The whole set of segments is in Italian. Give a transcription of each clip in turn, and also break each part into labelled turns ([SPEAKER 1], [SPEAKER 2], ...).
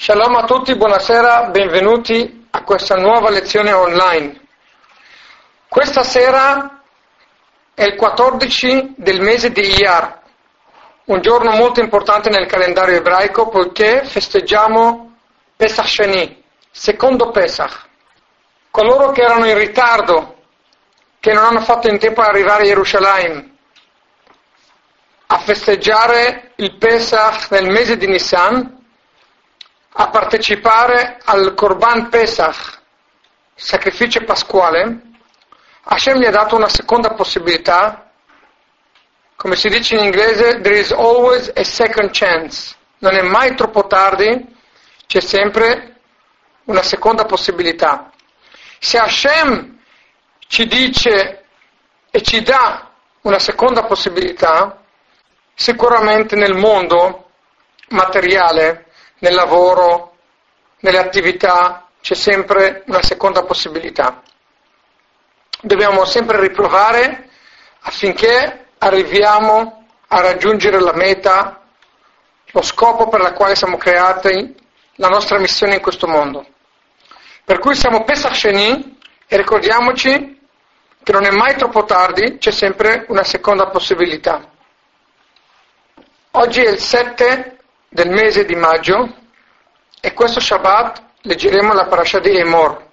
[SPEAKER 1] Shalom a tutti, buonasera, benvenuti a questa nuova lezione online. Questa sera è il 14 del mese di Iyar, un giorno molto importante nel calendario ebraico poiché festeggiamo Pesach Sheni, secondo Pesach. Coloro che erano in ritardo, che non hanno fatto in tempo ad arrivare a Gerusalemme a festeggiare il Pesach nel mese di Nisan, a partecipare al Korban Pesach, sacrificio pasquale, Hashem gli ha dato una seconda possibilità. Come si dice in inglese, there is always a second chance. Non è mai troppo tardi, c'è sempre una seconda possibilità. Se Hashem ci dice e ci dà una seconda possibilità, sicuramente nel mondo materiale, nel lavoro, nelle attività, c'è sempre una seconda possibilità. Dobbiamo sempre riprovare affinché arriviamo a raggiungere la meta, lo scopo per la quale siamo creati, la nostra missione in questo mondo. Per cui siamo Pesach Sheni e ricordiamoci che non è mai troppo tardi, c'è sempre una seconda possibilità. Oggi è il 7 del mese di maggio e questo Shabbat leggeremo la parasha di Emor.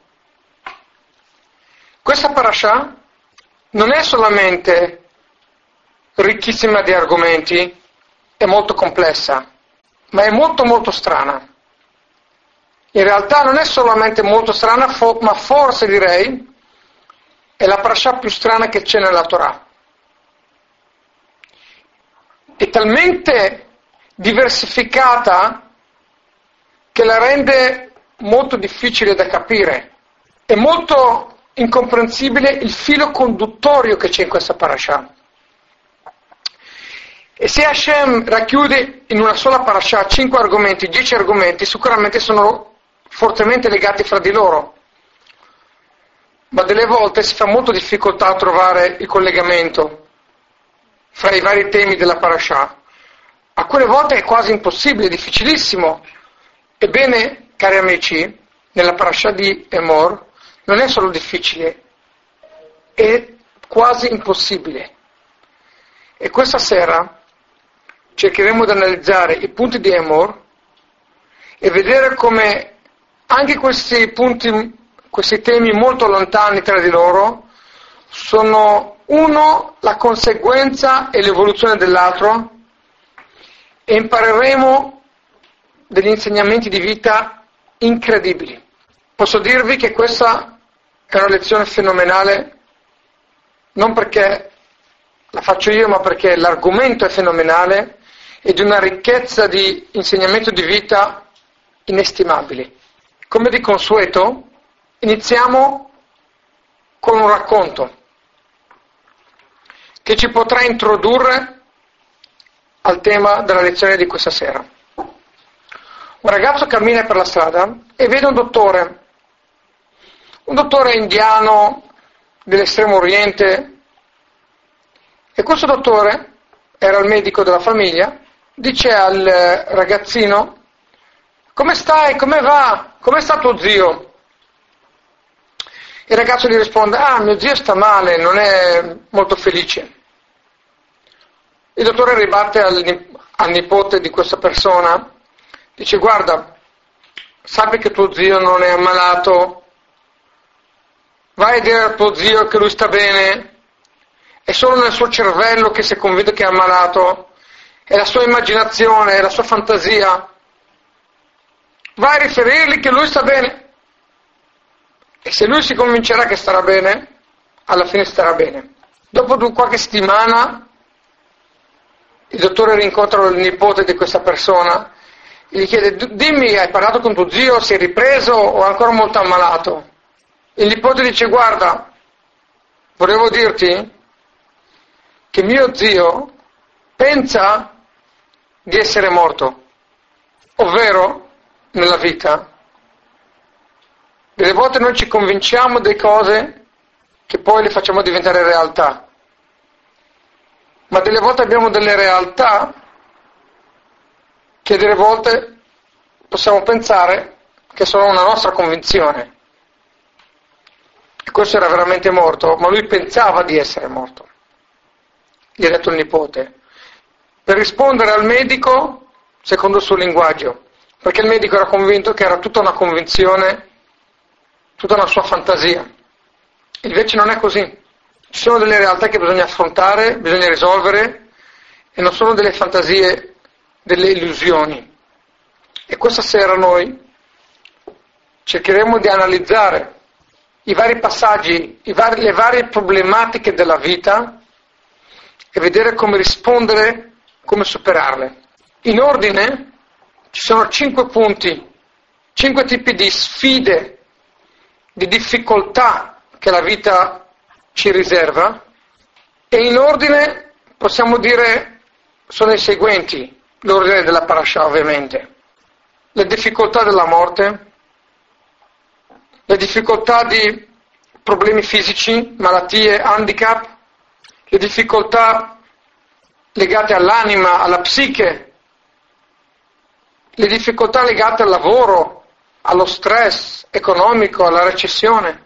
[SPEAKER 1] Questa parasha non è solamente ricchissima di argomenti, è molto complessa, ma è molto molto strana. In realtà non è solamente molto strana, ma forse direi è la parasha più strana che c'è nella Torah. È talmente diversificata che la rende molto difficile da capire. È molto incomprensibile il filo conduttorio che c'è in questa parasha. E se Hashem racchiude in una sola parasha 5 argomenti, 10 argomenti, sicuramente sono fortemente legati fra di loro. Ma delle volte si fa molto difficoltà a trovare il collegamento fra i vari temi della parasha. Alcune volte è quasi impossibile, è difficilissimo. Ebbene, cari amici, nella parasha di Emor non è solo difficile, è quasi impossibile. E questa sera cercheremo di analizzare i punti di Emor e vedere come anche questi punti, questi temi molto lontani tra di loro, sono uno la conseguenza e l'evoluzione dell'altro, e impareremo degli insegnamenti di vita incredibili. Posso dirvi che questa è una lezione fenomenale, non perché la faccio io, ma perché l'argomento è fenomenale e di una ricchezza di insegnamento di vita inestimabili. Come di consueto, iniziamo con un racconto che ci potrà introdurre al tema della lezione di questa sera. Un ragazzo cammina per la strada e vede un dottore indiano dell'estremo oriente, e questo dottore era il medico della famiglia, dice al ragazzino: come stai, come va, come sta tuo zio? Il ragazzo gli risponde: mio zio sta male, non è molto felice. Il dottore ribatte al nipote di questa persona, dice: guarda, sappi che tuo zio non è ammalato, vai a dire a tuo zio che lui sta bene, è solo nel suo cervello che si è convinto che è ammalato, è la sua immaginazione, è la sua fantasia, vai a riferirgli che lui sta bene, e se lui si convincerà che starà bene, alla fine starà bene. Dopo qualche settimana il dottore rincontra il nipote di questa persona e gli chiede: dimmi, hai parlato con tuo zio, si è ripreso o è ancora molto ammalato? Il nipote dice: guarda, volevo dirti che mio zio pensa di essere morto, ovvero nella vita delle volte noi ci convinciamo delle cose che poi le facciamo diventare realtà. Ma delle volte abbiamo delle realtà che delle volte possiamo pensare che è solo una nostra convinzione. E questo era veramente morto, ma lui pensava di essere morto. Gli ha detto il nipote, per rispondere al medico secondo il suo linguaggio, perché il medico era convinto che era tutta una convinzione, tutta una sua fantasia. Invece non è così. Ci sono delle realtà che bisogna affrontare, bisogna risolvere, e non sono delle fantasie, delle illusioni. E questa sera noi cercheremo di analizzare i vari passaggi, le varie problematiche della vita e vedere come rispondere, come superarle. In ordine ci sono 5 punti, 5 tipi di sfide, di difficoltà che la vita ci riserva, e in ordine possiamo dire sono i seguenti, l'ordine della parasha ovviamente. Le difficoltà della morte, le difficoltà di problemi fisici, malattie, handicap, le difficoltà legate all'anima, alla psiche, le difficoltà legate al lavoro, allo stress economico, alla recessione.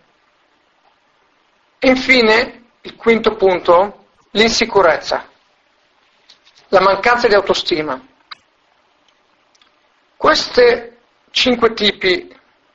[SPEAKER 1] E infine, il quinto punto, l'insicurezza, la mancanza di autostima. Queste 5 tipi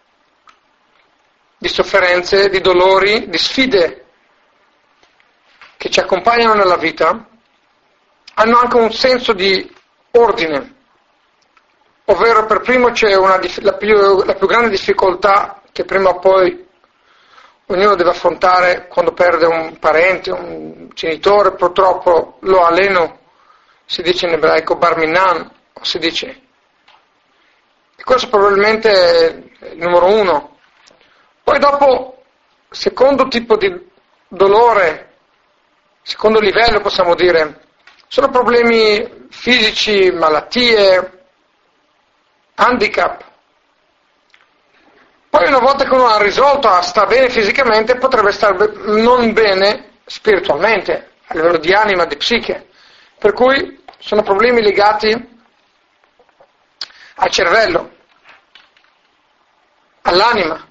[SPEAKER 1] di sofferenze, di dolori, di sfide che ci accompagnano nella vita hanno anche un senso di ordine, ovvero per primo c'è la più grande difficoltà che prima o poi ognuno deve affrontare quando perde un parente, un genitore, purtroppo lo aleno, si dice in ebraico bar minan, o si dice. E questo probabilmente è il numero 1. Poi dopo, secondo tipo di dolore, secondo livello possiamo dire, sono problemi fisici, malattie, handicap. Poi una volta che uno ha risolto, sta bene fisicamente, potrebbe stare non bene spiritualmente, a livello di anima, di psiche. Per cui sono problemi legati al cervello, all'anima.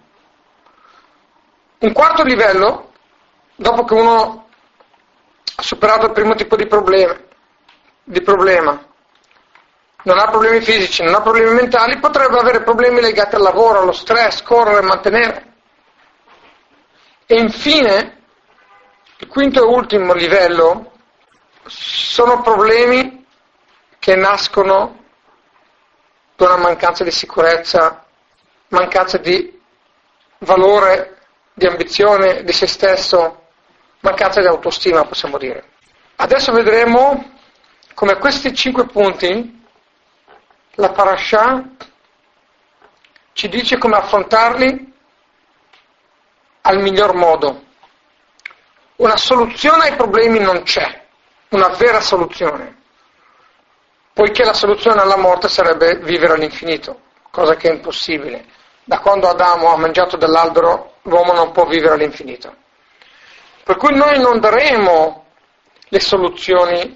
[SPEAKER 1] Un quarto livello, dopo che uno ha superato il primo tipo di problema, non ha problemi fisici, non ha problemi mentali, potrebbe avere problemi legati al lavoro, allo stress, correre, mantenere. E infine, il quinto e ultimo livello, sono problemi che nascono da una mancanza di sicurezza, mancanza di valore, di ambizione di se stesso, mancanza di autostima, possiamo dire. Adesso vedremo come questi 5 punti la parasha ci dice come affrontarli al miglior modo. Una soluzione ai problemi non c'è, una vera soluzione, poiché la soluzione alla morte sarebbe vivere all'infinito, cosa che è impossibile. Da quando Adamo ha mangiato dell'albero, l'uomo non può vivere all'infinito. Per cui noi non daremo le soluzioni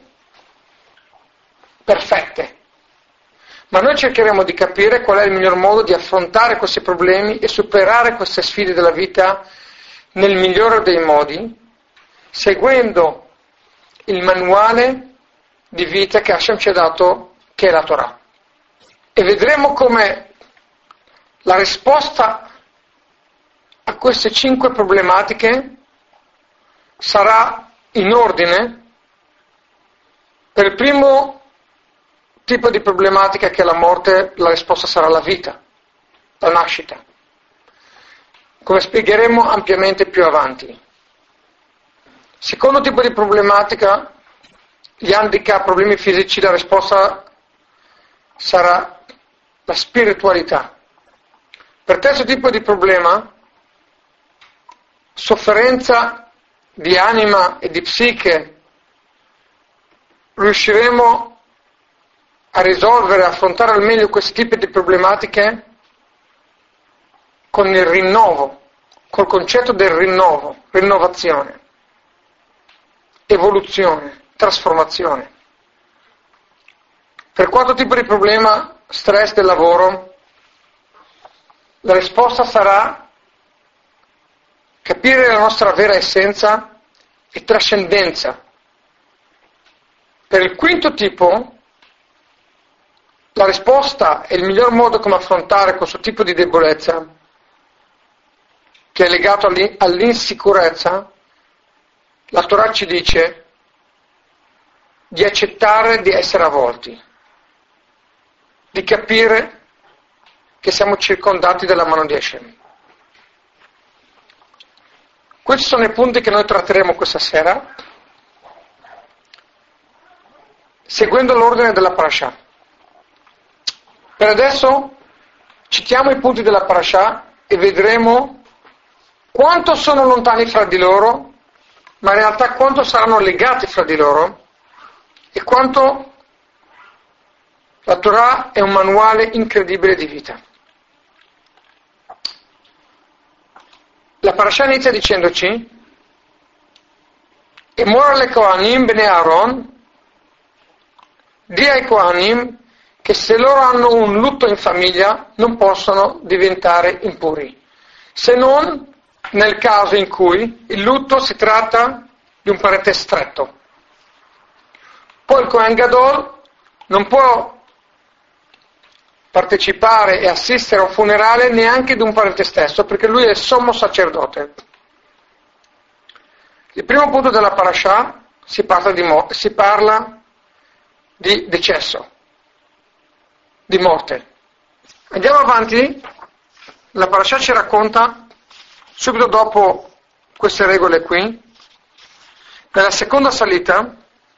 [SPEAKER 1] perfette, ma noi cercheremo di capire qual è il miglior modo di affrontare questi problemi e superare queste sfide della vita nel migliore dei modi, seguendo il manuale di vita che Hashem ci ha dato, che è la Torah. E vedremo come la risposta a queste 5 problematiche sarà in ordine. Per il primo tipo di problematica, che è la morte, la risposta sarà la vita, la nascita, come spiegheremo ampiamente più avanti. Secondo tipo di problematica, gli handicap, problemi fisici, la risposta sarà la spiritualità. Per terzo tipo di problema, sofferenza di anima e di psiche, riusciremo a risolvere, a affrontare al meglio questi tipi di problematiche con il rinnovo, col concetto del rinnovo, rinnovazione, evoluzione, trasformazione. Per quarto tipo di problema, stress del lavoro, la risposta sarà capire la nostra vera essenza e trascendenza. Per il quinto tipo, la risposta e il miglior modo come affrontare questo tipo di debolezza, che è legato all'insicurezza, la Torah ci dice di accettare di essere avvolti, di capire che siamo circondati dalla mano di Hashem. Questi sono i punti che noi tratteremo questa sera, seguendo l'ordine della parashah. Per adesso citiamo i punti della parashah e vedremo quanto sono lontani fra di loro, ma in realtà quanto saranno legati fra di loro e quanto la Torah è un manuale incredibile di vita. La parashah inizia dicendoci: Emor le Kohanim bene Aaron, di ai Kohanim che se loro hanno un lutto in famiglia non possono diventare impuri, se non nel caso in cui il lutto si tratta di un parente stretto. Poi il Kohen Gadol non può partecipare e assistere a un funerale neanche di un parente stesso, perché lui è il sommo sacerdote. Il primo punto della parashah si parla di decesso, di morte. Andiamo avanti, la parashah ci racconta, subito dopo queste regole qui, nella seconda salita,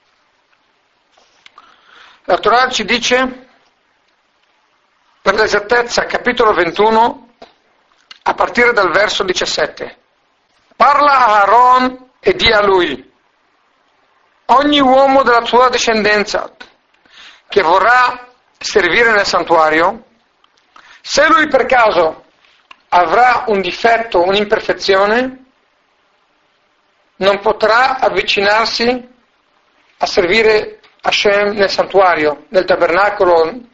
[SPEAKER 1] la Torah ci dice, per l'esattezza, capitolo 21, a partire dal verso 17. Parla a Aaron e di a lui: ogni uomo della tua discendenza che vorrà servire nel santuario, se lui per caso avrà un difetto, un'imperfezione, non potrà avvicinarsi a servire Hashem nel santuario, nel tabernacolo,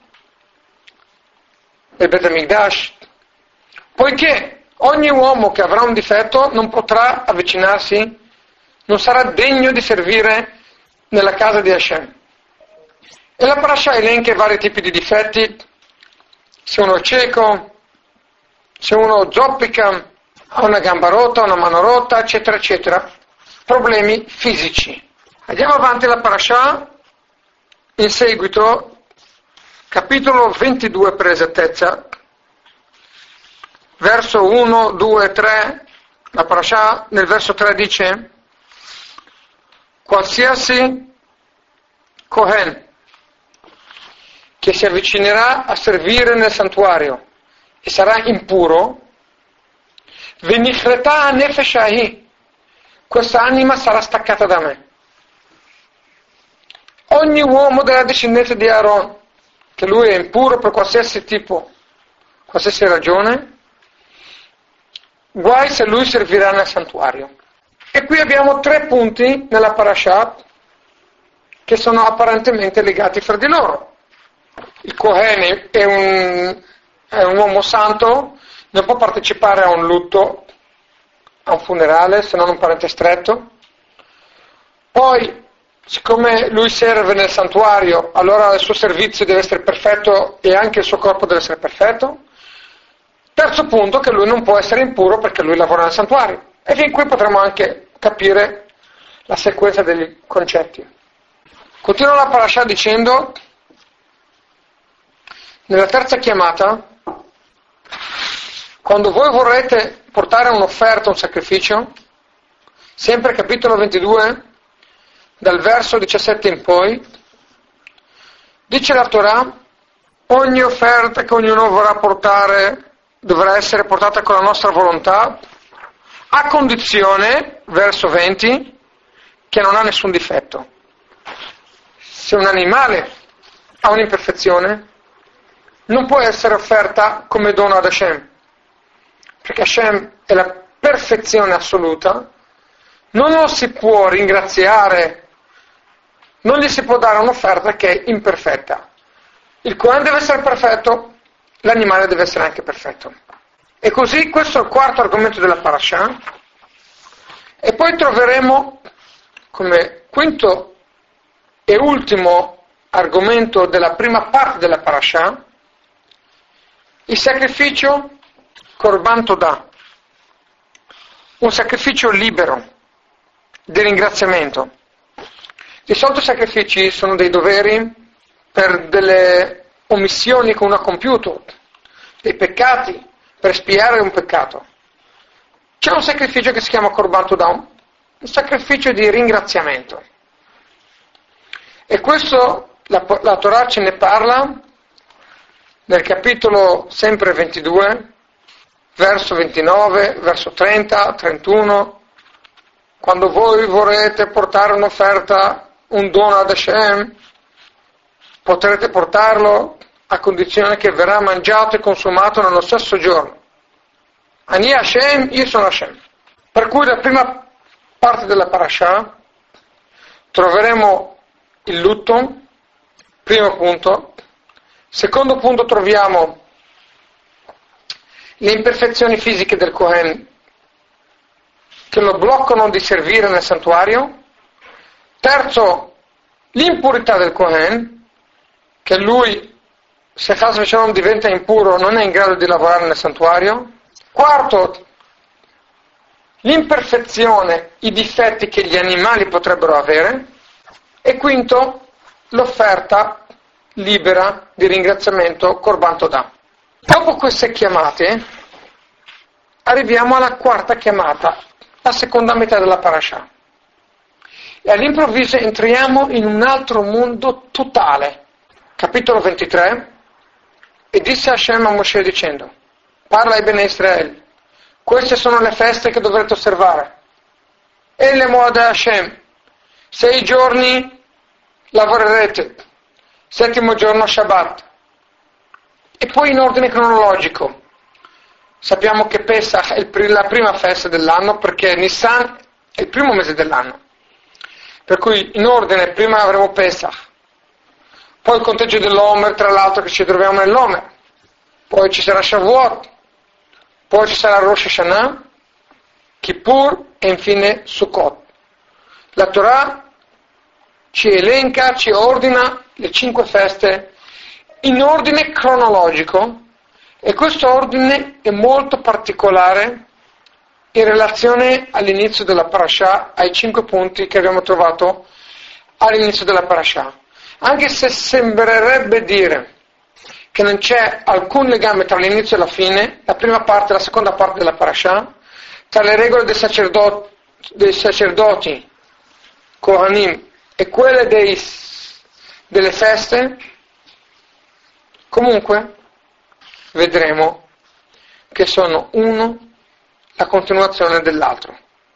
[SPEAKER 1] nel Bet HaMikdash, poiché ogni uomo che avrà un difetto non potrà avvicinarsi, non sarà degno di servire nella casa di Hashem. E la parashah elenca vari tipi di difetti: se uno è cieco, se uno zoppica, ha una gamba rotta, una mano rotta, eccetera, eccetera, problemi fisici. Andiamo avanti la parashah, in seguito, capitolo 22 per esattezza, verso 1, 2, 3, la parashah nel verso 3 dice: qualsiasi Kohen che si avvicinerà a servire nel santuario e sarà impuro, venichreta nefesh ahi, questa anima sarà staccata da me. Ogni uomo della discendenza di Aaron, che lui è impuro per qualsiasi tipo, qualsiasi ragione, guai se lui servirà nel santuario. E qui abbiamo 3 punti nella parashah che sono apparentemente legati fra di loro. Il Kohen è un uomo santo, non può partecipare a un lutto, a un funerale, se non un parente stretto. Poi, siccome lui serve nel santuario, allora il suo servizio deve essere perfetto e anche il suo corpo deve essere perfetto. Terzo punto, che lui non può essere impuro perché lui lavora nel santuario. E fin qui potremo anche capire la sequenza degli concetti. Continua la parashah dicendo: nella terza chiamata, quando voi vorrete portare un'offerta, un sacrificio, sempre capitolo 22, dal verso 17 in poi, dice la Torah: ogni offerta che ognuno vorrà portare dovrà essere portata con la nostra volontà, a condizione, verso 20, che non ha nessun difetto. Se un animale ha un'imperfezione, non può essere offerta come dono ad Hashem, perché Hashem è la perfezione assoluta, non lo si può ringraziare, non gli si può dare un'offerta che è imperfetta. Il Kohen deve essere perfetto, l'animale deve essere anche perfetto. E così questo è il quarto argomento della parasha. E poi troveremo come quinto e ultimo argomento della prima parte della parasha il sacrificio Korban Todah, un sacrificio libero di ringraziamento. Di solito i sacrifici sono dei doveri per delle omissioni che uno ha compiuto, dei peccati, per espiare un peccato. C'è un sacrificio che si chiama Korban Todah, un sacrificio di ringraziamento. E questo la Torah ce ne parla nel capitolo sempre 22, verso 29, verso 30, 31, quando voi vorrete portare un'offerta, un dono ad Hashem, potrete portarlo a condizione che verrà mangiato e consumato nello stesso giorno. Ani Hashem, io sono Hashem. Per cui la prima parte della parasha troveremo il lutto, primo punto. Secondo punto troviamo le imperfezioni fisiche del Kohen che lo bloccano di servire nel santuario. Terzo, l'impurità del Kohen, che lui, se non diventa impuro, non è in grado di lavorare nel santuario. Quarto, l'imperfezione, i difetti che gli animali potrebbero avere. E quinto, l'offerta libera di ringraziamento Korban Todah. Dopo queste chiamate arriviamo alla quarta chiamata, la seconda metà della parasha. E all'improvviso entriamo in un altro mondo totale. Capitolo 23. E disse Hashem a Moshe dicendo: parla ai Bnei Israele, queste sono le feste che dovrete osservare. E le moade Hashem, 6 giorni lavorerete, 7° giorno Shabbat. E poi in ordine cronologico. Sappiamo che Pesach è la prima festa dell'anno, perché Nissan è il primo mese dell'anno. Per cui in ordine prima avremo Pesach, poi il conteggio dell'Omer, tra l'altro che ci troviamo nell'Omer, poi ci sarà Shavuot, poi ci sarà Rosh Hashanah, Kippur e infine Sukkot. La Torah ci elenca, ci ordina le 5 feste in ordine cronologico, e questo ordine è molto particolare in relazione all'inizio della parasha, ai 5 punti che abbiamo trovato all'inizio della parasha. Anche se sembrerebbe dire che non c'è alcun legame tra l'inizio e la fine, la prima parte e la seconda parte della parasha, tra le regole dei sacerdoti, Kohanim, e quelle delle feste, comunque vedremo che sono uno la continuazione dell'altro.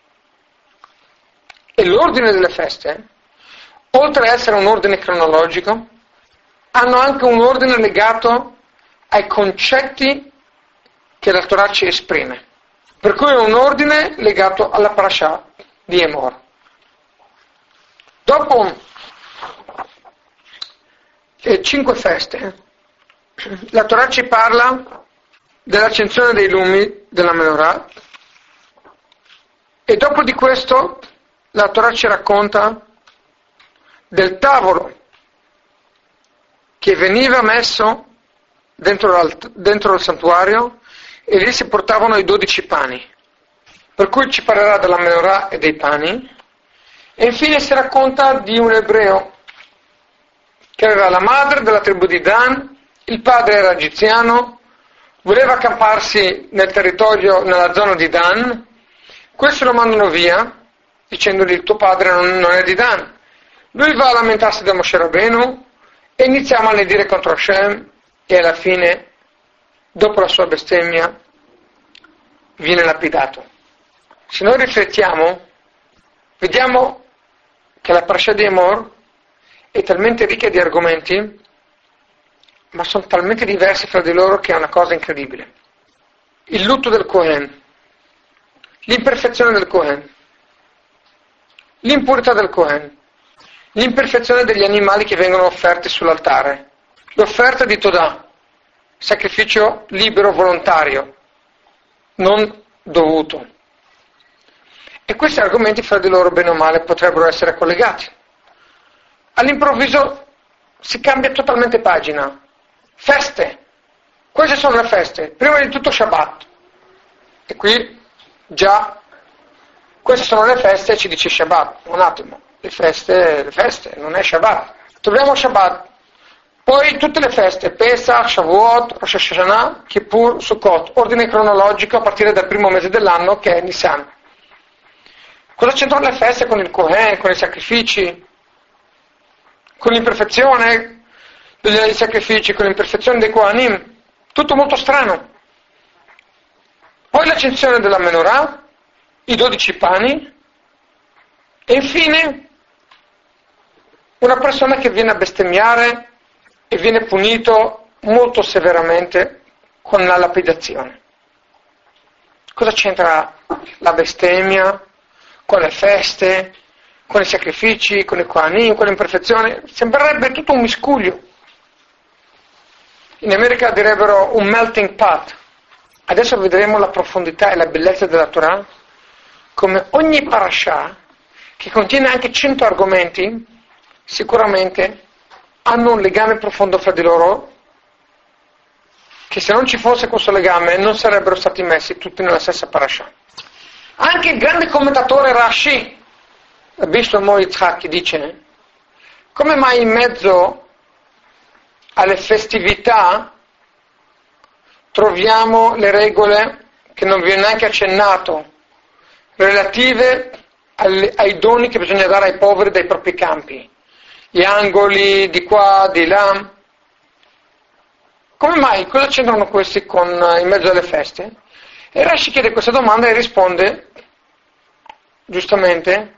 [SPEAKER 1] E l'ordine delle feste, oltre ad essere un ordine cronologico, hanno anche un ordine legato ai concetti che la Torah ci esprime. Per cui è un ordine legato alla parasha di Emor. Dopo le 5 feste, la Torah ci parla dell'accensione dei lumi della menorah, e dopo di questo la Torah ci racconta del tavolo che veniva messo dentro il santuario, e lì si portavano i 12 pani. Per cui ci parlerà della menorah e dei pani. E infine si racconta di un ebreo che aveva la madre della tribù di Dan, il padre era egiziano, voleva accamparsi nel territorio, nella zona di Dan. Questo lo mandano via dicendogli: il tuo padre non è di Dan. Lui va a lamentarsi da Moshe Rabbeinu e inizia a maledire contro Hashem, e alla fine, dopo la sua bestemmia, viene lapidato. Se noi riflettiamo, vediamo che la parasha di Emor è talmente ricca di argomenti, ma sono talmente diversi fra di loro, che è una cosa incredibile. Il lutto del Kohen, l'imperfezione del Kohen, l'impurità del Kohen, l'imperfezione degli animali che vengono offerti sull'altare, l'offerta di Todah, sacrificio libero volontario, non dovuto. E questi argomenti fra di loro, bene o male, potrebbero essere collegati. All'improvviso si cambia totalmente pagina. Feste. Queste sono le feste. Prima di tutto Shabbat. E qui già queste sono le feste e ci dice Shabbat. Un attimo. Le feste, non è Shabbat. Troviamo Shabbat. Poi tutte le feste, Pesach, Shavuot, Rosh Hashanah, Kippur, Sukkot, ordine cronologico a partire dal primo mese dell'anno che è Nisan. Cosa c'entrano le feste con il Kohen, con i sacrifici, con l'imperfezione dei sacrifici, con l'imperfezione dei Kohanim? Tutto molto strano. Poi l'accensione della Menorah, i 12 pani e infine una persona che viene a bestemmiare e viene punito molto severamente con la lapidazione. Cosa c'entra la bestemmia con le feste, con i sacrifici, con i Kohanim, con l'imperfezione? Sembrerebbe tutto un miscuglio. In America direbbero un melting pot. Adesso vedremo la profondità e la bellezza della Torah, come ogni parashah, che contiene anche 100 argomenti, sicuramente hanno un legame profondo fra di loro, che se non ci fosse questo legame non sarebbero stati messi tutti nella stessa parashah. Anche il grande commentatore Rashi, Rabbi Shlomo Yitzhak, dice: come mai in mezzo alle festività troviamo le regole che non vi è neanche accennato, relative ai doni che bisogna dare ai poveri dai propri campi, gli angoli di qua, di là? Come mai? Cosa c'entrano questi in mezzo alle feste? E Rashi chiede questa domanda e risponde giustamente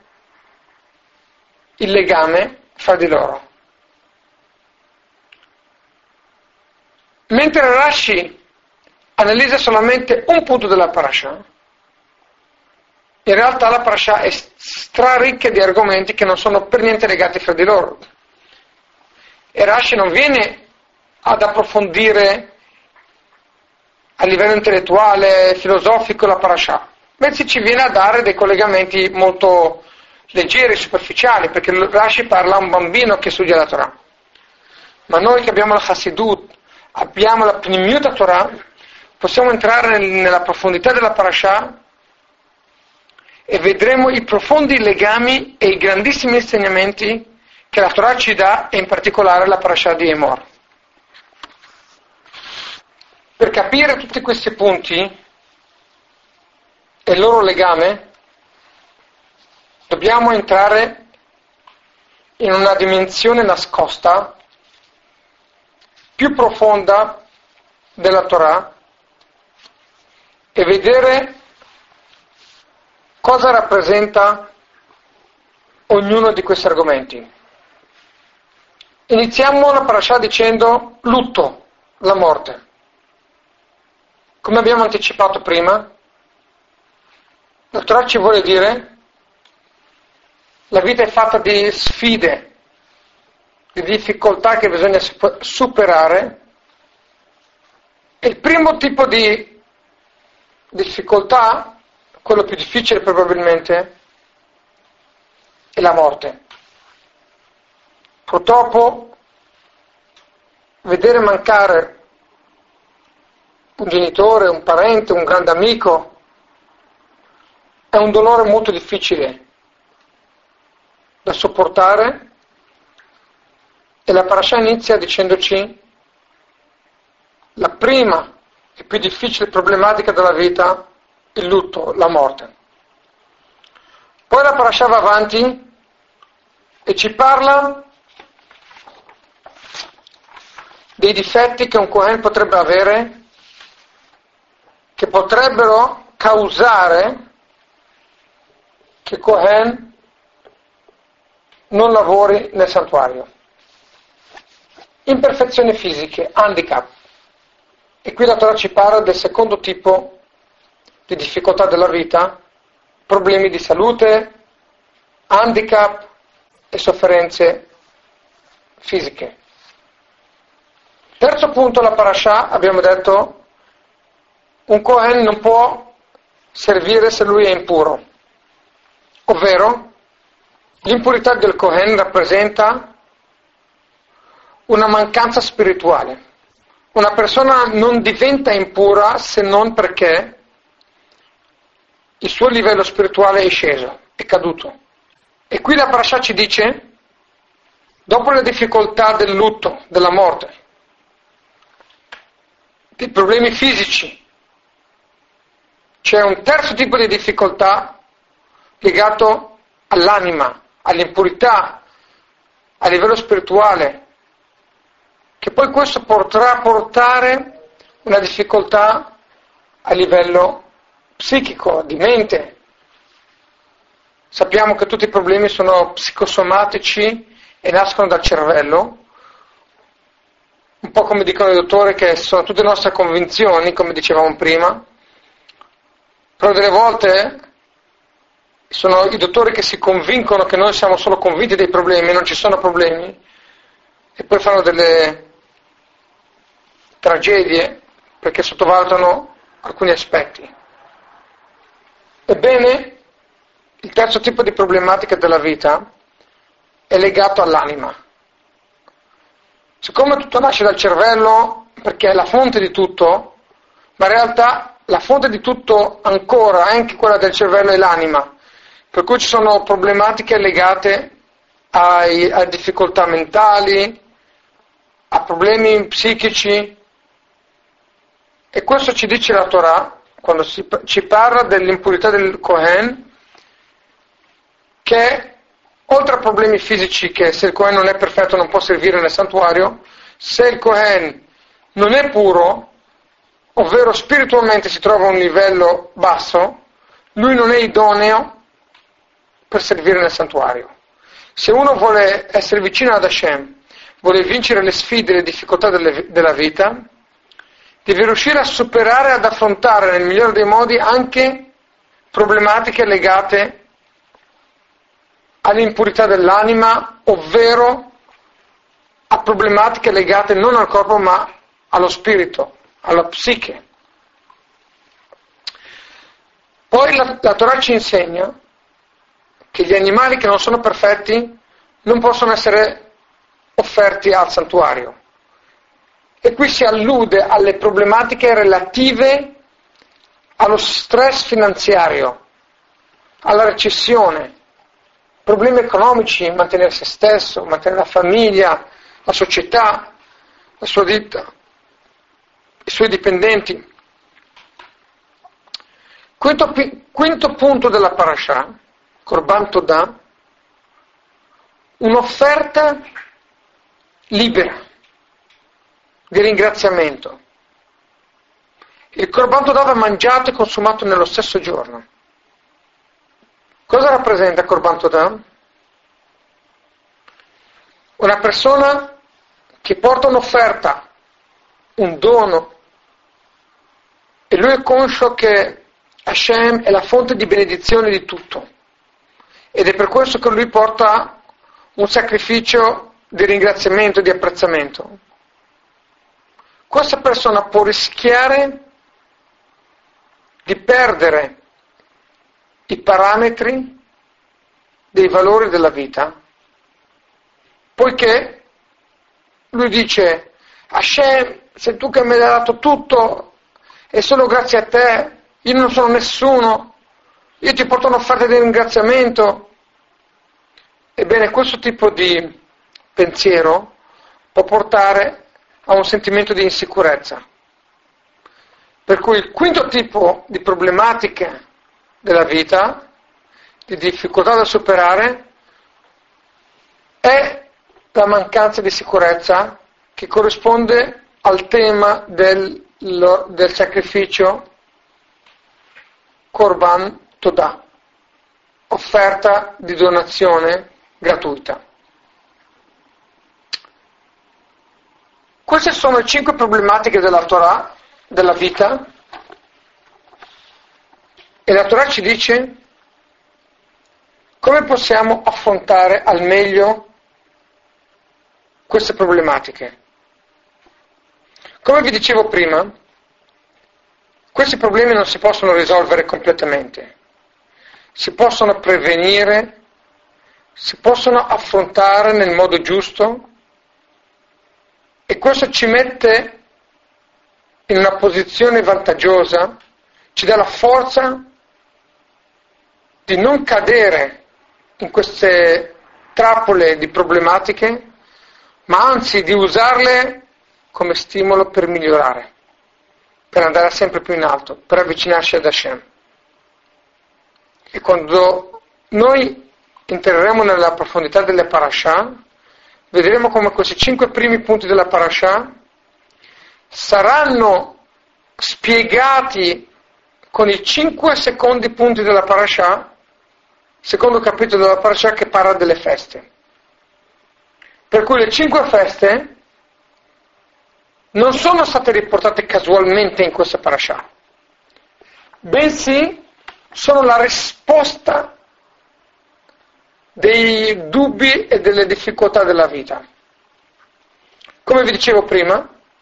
[SPEAKER 1] il legame fra di loro. Mentre Rashi analizza solamente un punto della parashah, in realtà la parashah è straricca di argomenti che non sono per niente legati fra di loro. E Rashi non viene ad approfondire a livello intellettuale, filosofico la parashah, bensì ci viene a dare dei collegamenti molto leggeri, superficiali, perché Rashi parla a un bambino che studia la Torah. Ma noi che abbiamo la Chassidut, abbiamo la Pnimiut Torah, possiamo entrare nella profondità della parashah e vedremo i profondi legami e i grandissimi insegnamenti che la Torah ci dà, e in particolare la parashah di Emor. Per capire tutti questi punti e il loro legame, dobbiamo entrare in una dimensione nascosta, più profonda della Torah, e vedere cosa rappresenta ognuno di questi argomenti. Iniziamo la parashah dicendo lutto, la morte. Come abbiamo anticipato prima, la Torah ci vuole dire: la vita è fatta di sfide, di difficoltà che bisogna superare, e il primo tipo di difficoltà, quello più difficile probabilmente, è la morte. Purtroppo vedere mancare un genitore, un parente, un grande amico è un dolore molto difficile da sopportare, e la parashah inizia dicendoci la prima e più difficile problematica della vita, il lutto, la morte. Poi la parashah va avanti e ci parla dei difetti che un Kohen potrebbe avere, che potrebbero causare che Kohen non lavori nel santuario. Imperfezioni fisiche, handicap. E qui la Torah ci parla del secondo tipo di difficoltà della vita: problemi di salute, handicap e sofferenze fisiche. Terzo punto, la parashah, abbiamo detto, un Kohen non può servire se lui è impuro. Ovvero, l'impurità del Kohen rappresenta una mancanza spirituale. Una persona non diventa impura se non perché il suo livello spirituale è sceso, è caduto. E qui la parasha ci dice, dopo le difficoltà del lutto, della morte, dei problemi fisici, c'è un terzo tipo di difficoltà legato all'anima, all'impurità, a livello spirituale, che poi questo potrà portare una difficoltà a livello psichico, di mente. Sappiamo che tutti i problemi sono psicosomatici e nascono dal cervello, un po' come dicono i dottori che sono tutte nostre convinzioni, come dicevamo prima, però delle volte sono i dottori che si convincono che noi siamo solo convinti dei problemi, non ci sono problemi, e poi fanno delle tragedie perché sottovalutano alcuni aspetti. Ebbene, il terzo tipo di problematica della vita è legato all'anima. Siccome tutto nasce dal cervello, perché è la fonte di tutto, ma in realtà la fonte di tutto ancora, anche quella del cervello, è l'anima. Per cui ci sono problematiche legate a difficoltà mentali, a problemi psichici, e questo ci dice la Torah, quando ci parla dell'impurità del Kohen, che oltre a problemi fisici, che se il Kohen non è perfetto non può servire nel santuario, se il Kohen non è puro, ovvero spiritualmente si trova a un livello basso, lui non è idoneo per servire nel santuario. Se uno vuole essere vicino ad Hashem, vuole vincere le sfide e le difficoltà della vita, deve riuscire a superare e ad affrontare nel migliore dei modi anche problematiche legate all'impurità dell'anima, ovvero a problematiche legate non al corpo ma allo spirito, alla psiche. Poi la Torah ci insegna che gli animali che non sono perfetti non possono essere offerti al santuario. E qui si allude alle problematiche relative allo stress finanziario, alla recessione, problemi economici, mantenere se stesso, mantenere la famiglia, la società, la sua ditta, i suoi dipendenti. Quinto punto della parasha, Korban Todah, un'offerta libera di ringraziamento. Il Korban Todah va mangiato e consumato nello stesso giorno. Cosa rappresenta Korban Todah? Una persona che porta un'offerta, un dono, e lui è conscio che Hashem è la fonte di benedizione di tutto, ed è per questo che lui porta un sacrificio di ringraziamento e di apprezzamento. Questa persona può rischiare di perdere i parametri dei valori della vita, poiché lui dice: Hashem, sei tu che mi hai dato tutto e solo grazie a te, io non sono nessuno, io ti porto un'offerta di ringraziamento. Ebbene, questo tipo di pensiero può portare a un sentimento di insicurezza. Per cui il quinto tipo di problematiche della vita, di difficoltà da superare, è la mancanza di sicurezza che corrisponde al tema del sacrificio Korban Todah, offerta di donazione gratuita. Queste sono le 5 problematiche della Torah, della vita, e la Torah ci dice come possiamo affrontare al meglio queste problematiche. Come vi dicevo prima, Questi problemi non si possono risolvere completamente, si possono prevenire, si possono affrontare nel modo giusto e questo ci mette in una posizione vantaggiosa, ci dà la forza di non cadere in queste trappole di problematiche, ma anzi di usarle come stimolo per migliorare, per andare sempre più in alto, per avvicinarci ad Hashem. E quando noi entreremo nella profondità delle parashah, vedremo come questi 5 primi punti della parashah saranno spiegati con i 5 secondi punti della parashah, secondo capitolo della parashah che parla delle feste. Per cui le 5 feste non sono state riportate casualmente in questa parashah, bensì sono la risposta dei dubbi e delle difficoltà della vita. Come vi dicevo prima,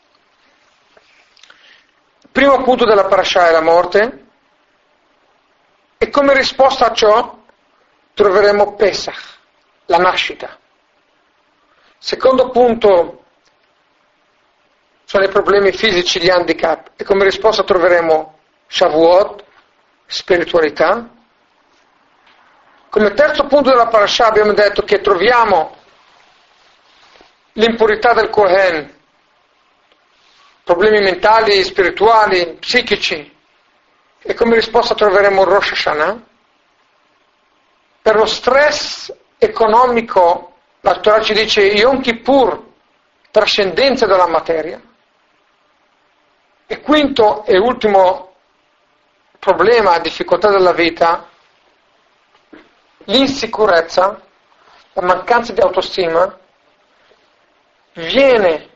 [SPEAKER 1] il primo punto della parashah è la morte e come risposta a ciò troveremo Pesach, la nascita. Secondo punto sono i problemi fisici, gli handicap, e come risposta troveremo Shavuot, spiritualità. Come terzo punto della parashah abbiamo detto che troviamo l'impurità del Kohen, problemi mentali, spirituali, psichici, e come risposta troveremo Rosh Hashanah. Per lo stress economico, la Torah ci dice Yom Kippur, trascendenza della materia. E quinto e ultimo problema, difficoltà della vita, l'insicurezza, la mancanza di autostima, viene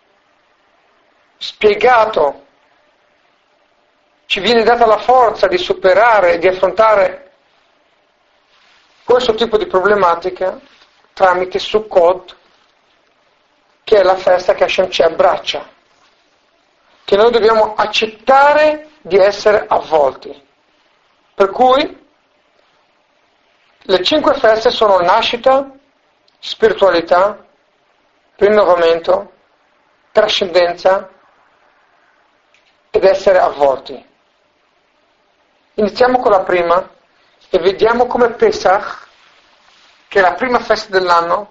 [SPEAKER 1] spiegato, ci viene data la forza di superare e di affrontare questo tipo di problematica tramite Sukkot, che è la festa che Hashem ci abbraccia, che noi dobbiamo accettare di essere avvolti. Per cui le 5 feste sono nascita, spiritualità, rinnovamento, trascendenza ed essere avvolti. Iniziamo con la prima e vediamo come Pesach, che è la prima festa dell'anno,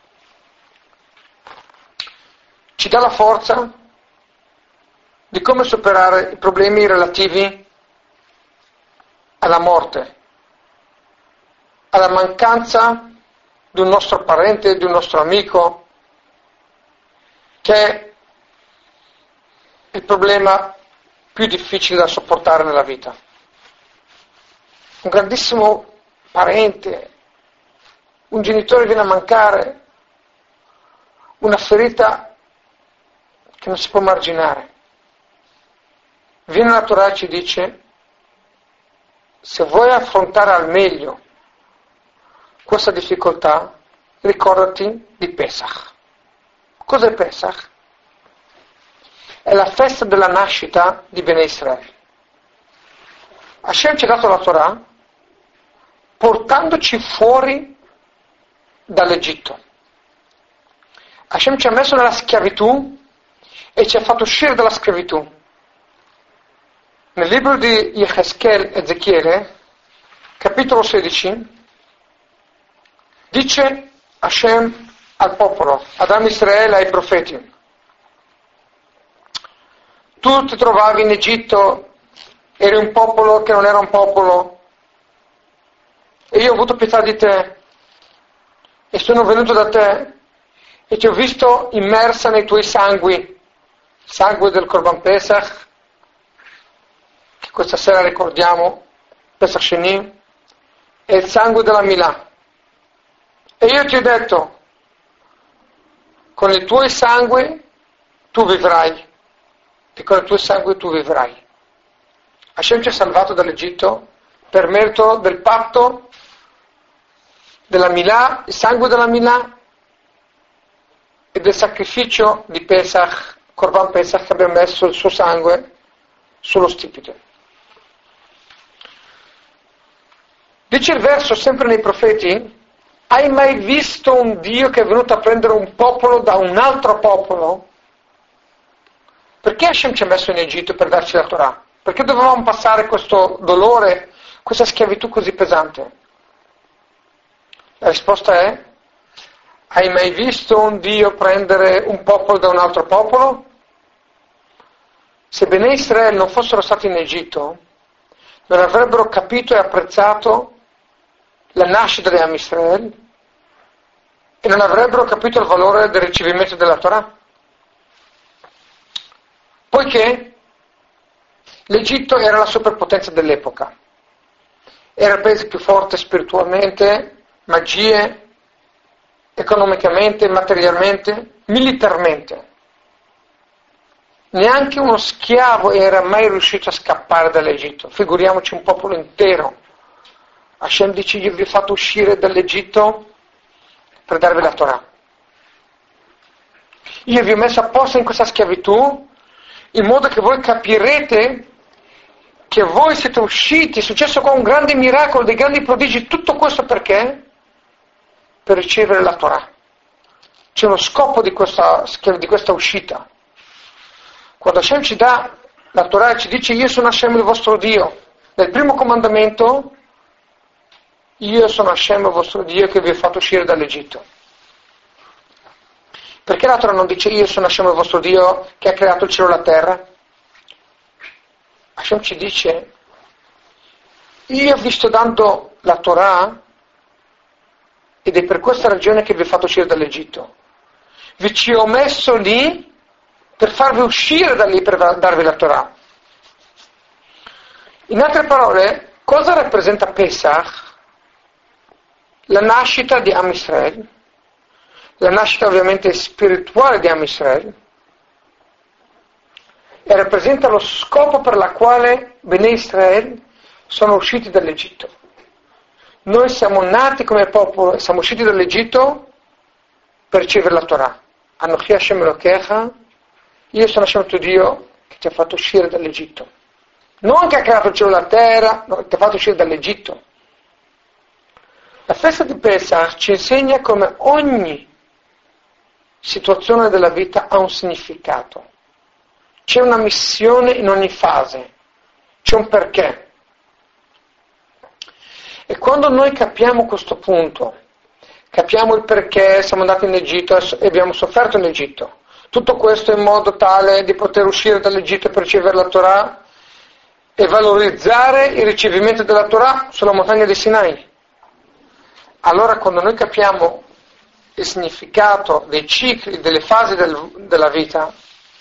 [SPEAKER 1] ci dà la forza di come superare i problemi relativi alla morte, alla mancanza di un nostro parente, di un nostro amico, che è il problema più difficile da sopportare nella vita. Un grandissimo parente, un genitore viene a mancare, una ferita che non si può marginare. Viene la Torah e ci dice: se vuoi affrontare al meglio questa difficoltà, ricordati di Pesach. Cos'è Pesach? È la festa della nascita di Bnei Israele. Hashem ci ha dato la Torah portandoci fuori dall'Egitto. Hashem ci ha messo nella schiavitù e ci ha fatto uscire dalla schiavitù. Nel libro di Ezechiele, capitolo 16, dice Hashem al popolo, ad Am Israele, ai profeti: tu ti trovavi in Egitto, eri un popolo che non era un popolo, e io ho avuto pietà di te, e sono venuto da te, e ti ho visto immersa nei tuoi sangui, sangue del Korban Pesach, che questa sera ricordiamo, Pesach Sheni, e il sangue della Milà. E io ti ho detto: con il tuo sangue tu vivrai, e con il tuo sangue tu vivrai. Hashem ci ha salvato dall'Egitto per merito del patto della Milà, il sangue della Milà, e del sacrificio di Pesach, Korban Pesach, che abbiamo messo il suo sangue sullo stipite. Dice il verso sempre nei profeti: hai mai visto un Dio che è venuto a prendere un popolo da un altro popolo? Perché Hashem ci ha messo in Egitto per darci la Torah? Perché dovevamo passare questo dolore, questa schiavitù così pesante? La risposta è: hai mai visto un Dio prendere un popolo da un altro popolo? Se Bnei Israele non fossero stati in Egitto, non avrebbero capito e apprezzato la nascita di Am Israele e non avrebbero capito il valore del ricevimento della Torah. Poiché l'Egitto era la superpotenza dell'epoca, era il paese più forte spiritualmente, magie, economicamente, materialmente, militarmente. Neanche uno schiavo era mai riuscito a scappare dall'Egitto, figuriamoci un popolo intero. Hashem dice: io vi ho fatto uscire dall'Egitto per darvi la Torah. Io vi ho messo apposta in questa schiavitù in modo che voi capirete che voi siete usciti, è successo qua un grande miracolo, dei grandi prodigi, tutto questo perché? Per ricevere la Torah. C'è uno scopo di questa uscita. Quando Hashem ci dà la Torah e ci dice: io sono Hashem il vostro Dio, nel primo comandamento: io sono Hashem il vostro Dio che vi ho fatto uscire dall'Egitto. Perché la Torah non dice: io sono Hashem il vostro Dio che ha creato il cielo e la terra? Hashem ci dice: io vi sto dando la Torah ed è per questa ragione che vi ho fatto uscire dall'Egitto. Vi ci ho messo lì per farvi uscire da lì, per darvi la Torah. In altre parole, cosa rappresenta Pesach? La nascita di Am Israele, la nascita ovviamente spirituale di Am Israele, e rappresenta lo scopo per la quale Bnei Israele sono usciti dall'Egitto. Noi siamo nati come popolo e siamo usciti dall'Egitto per ricevere la Torah. Anochi Hashem Elokecha, io sono Hashem tuo Dio che ti ha fatto uscire dall'Egitto. Non che ha creato il cielo e la terra, no, ti ha fatto uscire dall'Egitto. La festa di Pesach ci insegna come ogni situazione della vita ha un significato. C'è una missione in ogni fase, c'è un perché. E quando noi capiamo questo punto, capiamo il perché siamo andati in Egitto e abbiamo sofferto in Egitto, tutto questo in modo tale di poter uscire dall'Egitto per ricevere la Torah e valorizzare il ricevimento della Torah sulla montagna di Sinai. Allora quando noi capiamo il significato dei cicli, delle fasi della vita,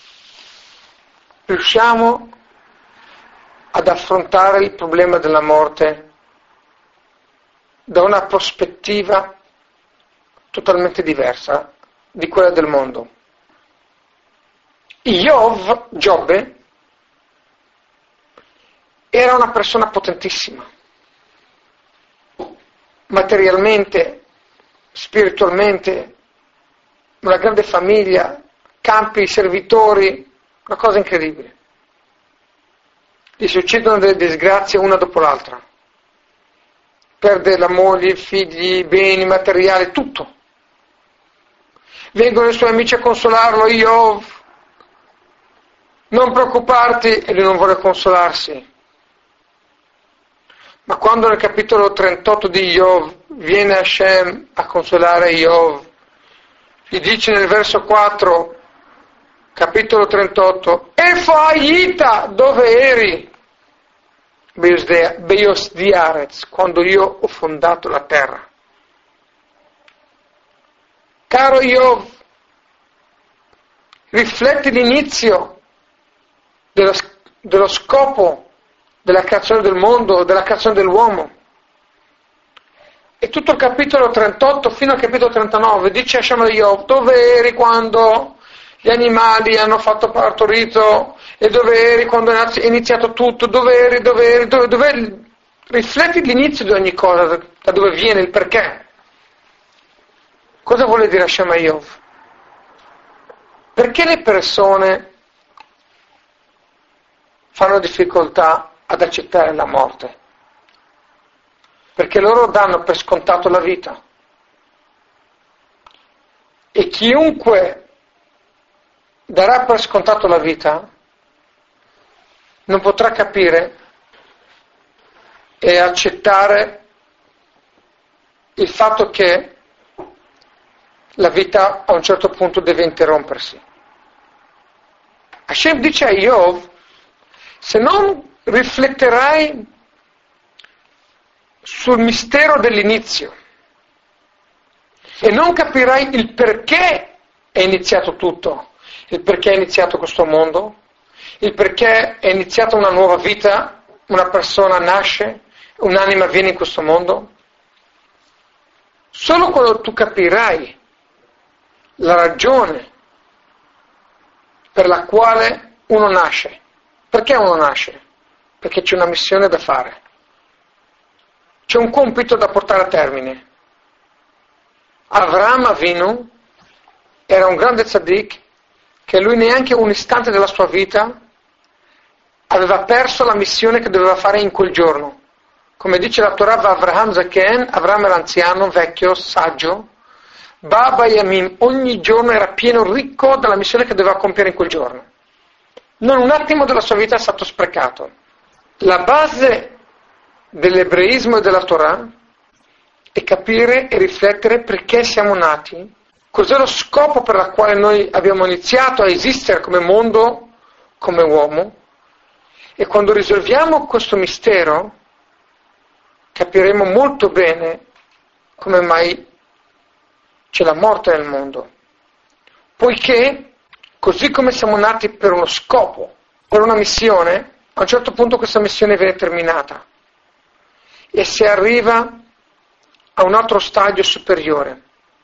[SPEAKER 1] riusciamo ad affrontare il problema della morte da una prospettiva totalmente diversa di quella del mondo. Giobbe, era una persona potentissima, materialmente, spiritualmente, una grande famiglia, campi, servitori, una cosa incredibile. Gli succedono delle disgrazie una dopo l'altra. Perde la moglie, i figli, i beni materiali, tutto. Vengono i suoi amici a consolarlo: Iov, non preoccuparti, e lui non vuole consolarsi. Ma quando nel capitolo 38 di Iov viene Hashem a consolare Iov, gli dice nel verso 4, capitolo 38, Efaita, dove eri? Beios di Arez, quando io ho fondato la terra. Caro Iov, rifletti l'inizio dello scopo della creazione del mondo, della creazione dell'uomo. E tutto il capitolo 38 fino al capitolo 39 dice Hashem a Iov: dove eri quando gli animali hanno fatto partorito, e dove eri quando è iniziato tutto, dove eri? Rifletti l'inizio di ogni cosa, da dove viene, il perché. Cosa vuole dire Hashem a Iov? Perché le persone fanno difficoltà ad accettare la morte, perché loro danno per scontato la vita. E chiunque darà per scontato la vita non potrà capire e accettare il fatto che la vita a un certo punto deve interrompersi. Hashem dice a Iov: se non rifletterai sul mistero dell'inizio e non capirai il perché è iniziato tutto, il perché è iniziato questo mondo, il perché è iniziata una nuova vita, una persona nasce, un'anima viene in questo mondo, solo quando tu capirai la ragione per la quale uno nasce. Perché uno nasce? Perché c'è una missione da fare, c'è un compito da portare a termine. Avraham Avinu era un grande tzaddik che lui neanche un istante della sua vita aveva perso la missione che doveva fare in quel giorno. Come dice la Torah, Avraham Zaken, Avraham era anziano, vecchio, saggio, Baba Yamim, ogni giorno era pieno ricco della missione che doveva compiere in quel giorno. Non un attimo della sua vita è stato sprecato. La base dell'ebraismo e della Torah è capire e riflettere perché siamo nati, cos'è lo scopo per il quale noi abbiamo iniziato a esistere come mondo, come uomo, e quando risolviamo questo mistero capiremo molto bene come mai c'è la morte nel mondo, poiché così come siamo nati per uno scopo, per una missione, a un certo punto questa missione viene terminata e si arriva a un altro stadio superiore.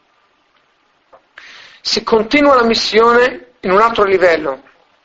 [SPEAKER 1] Si continua la missione in un altro livello.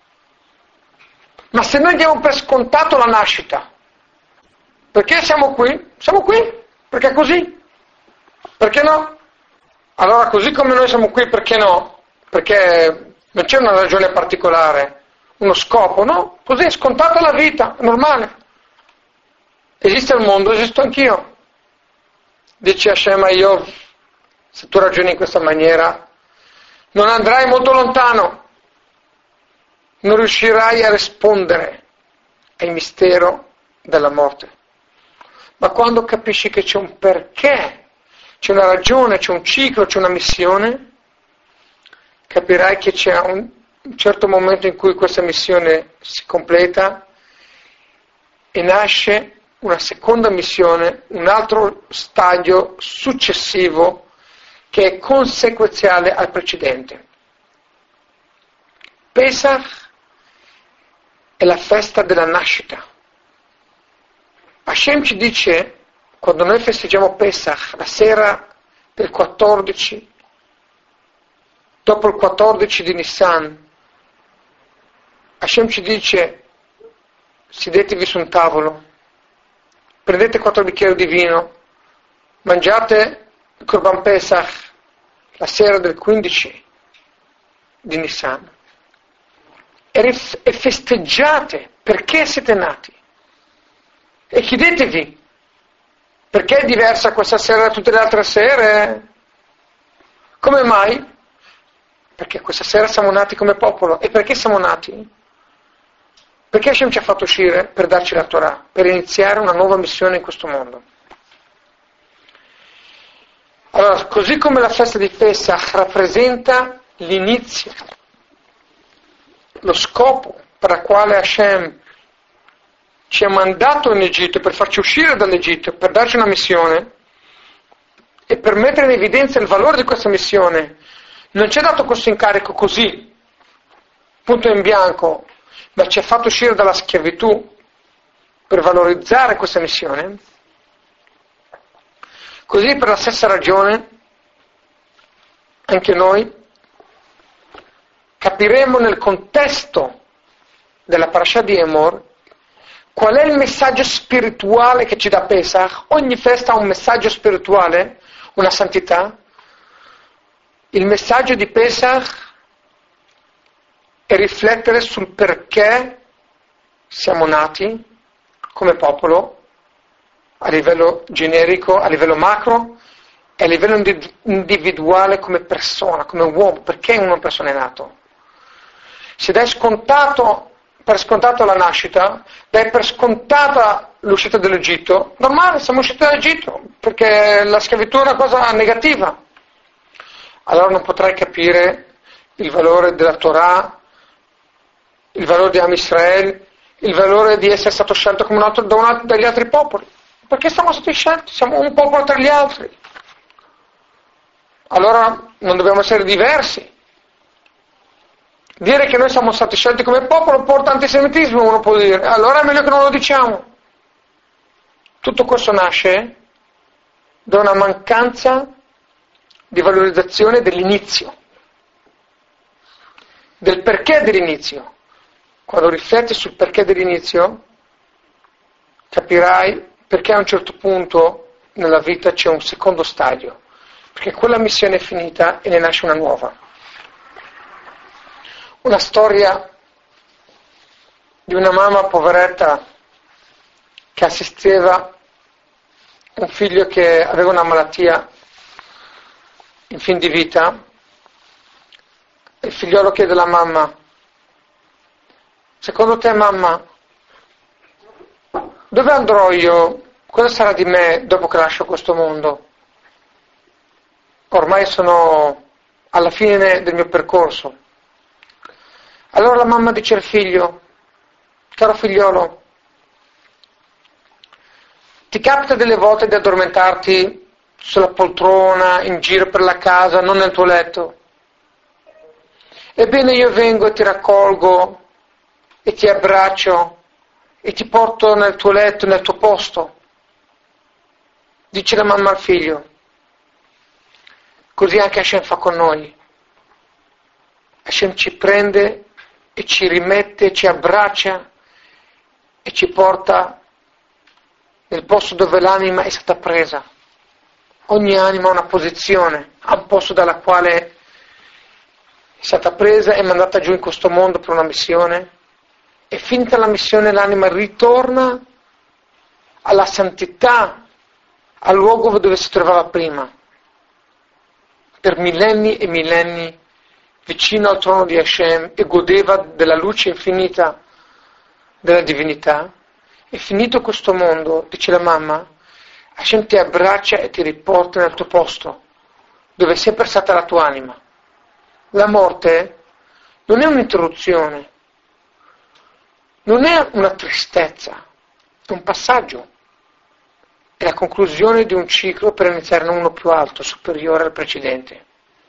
[SPEAKER 1] Ma se noi diamo per scontato la nascita, perché siamo qui? Siamo qui perché è così. Perché no? Allora, così come noi siamo qui, perché no? Perché non c'è una ragione particolare, uno scopo, no? Così è scontata la vita, è normale. Esiste il mondo, esisto anch'io. Dice Hashem a Iov: se tu ragioni in questa maniera, non andrai molto lontano, non riuscirai a rispondere al mistero della morte. Ma quando capisci che c'è un perché, c'è una ragione, c'è un ciclo, c'è una missione, capirai che c'è un certo momento in cui questa missione si completa e nasce una seconda missione, un altro stadio successivo che è conseguenziale al precedente. Pesach è la festa della nascita. Hashem ci dice, quando noi festeggiamo Pesach, la sera del 14, dopo il 14 di Nissan, Hashem ci dice: sedetevi su un tavolo, prendete 4 bicchieri di vino, mangiate il Korban Pesach la sera del 15 di Nissan e festeggiate perché siete nati. E chiedetevi: perché è diversa questa sera da tutte le altre sere? Come mai? Perché questa sera siamo nati come popolo. E perché siamo nati? Perché Hashem ci ha fatto uscire per darci la Torah, per iniziare una nuova missione in questo mondo. Allora, così come la festa di Pesach rappresenta l'inizio, lo scopo per il quale Hashem ci ha mandato in Egitto per farci uscire dall'Egitto, per darci una missione e per mettere in evidenza il valore di questa missione, non ci ha dato questo incarico così, punto in bianco, ma ci ha fatto uscire dalla schiavitù per valorizzare questa missione. Così, per la stessa ragione, anche noi capiremo nel contesto della parasha di Emor qual è il messaggio spirituale che ci dà Pesach. Ogni festa ha un messaggio spirituale, una santità. Il messaggio di Pesach è riflettere sul perché siamo nati come popolo a livello generico, a livello macro e a livello individuale come persona, come uomo. Perché una persona è nato? Se dai per scontato la nascita, dai per scontata l'uscita dall'Egitto, normale, siamo usciti dall'Egitto, perché la schiavitù è una cosa negativa. Allora non potrai capire il valore della Torah, il valore di Am Israel, il valore di essere stato scelto come dagli altri popoli. Perché siamo stati scelti? Siamo un popolo tra gli altri. Allora non dobbiamo essere diversi. Dire che noi siamo stati scelti come popolo porta antisemitismo, uno può dire. Allora è meglio che non lo diciamo. Tutto questo nasce da una mancanza di valorizzazione dell'inizio, del perché dell'inizio. Quando rifletti sul perché dell'inizio, capirai perché a un certo punto nella vita c'è un secondo stadio, perché quella missione è finita e ne nasce una nuova. Una storia di una mamma poveretta che assisteva un figlio che aveva una malattia in fin di vita. Il figliolo chiede alla mamma: secondo te, mamma, dove andrò io? Cosa sarà di me dopo che lascio questo mondo? Ormai sono alla fine del mio percorso. Allora la mamma dice al figlio: caro figliolo, ti capita delle volte di addormentarti sulla poltrona, in giro per la casa, non nel tuo letto? Ebbene, io vengo e ti raccolgo e ti abbraccio e ti porto nel tuo letto, nel tuo posto. Dice la mamma al figlio. Così anche Hashem fa con noi. Hashem ci prende e ci rimette, ci abbraccia e ci porta nel posto dove l'anima è stata presa. Ogni anima ha una posizione, ha un posto dalla quale è stata presa e mandata giù in questo mondo per una missione, e finita la missione l'anima ritorna alla santità, al luogo dove si trovava prima, per millenni e millenni, vicino al trono di Hashem, e godeva della luce infinita della divinità. E finito questo mondo, dice la mamma, Hashem ti abbraccia e ti riporta nel tuo posto, dove è sempre stata la tua anima. La morte non è un'interruzione, non è una tristezza, è un passaggio, è la conclusione di un ciclo per iniziare uno più alto, superiore al precedente.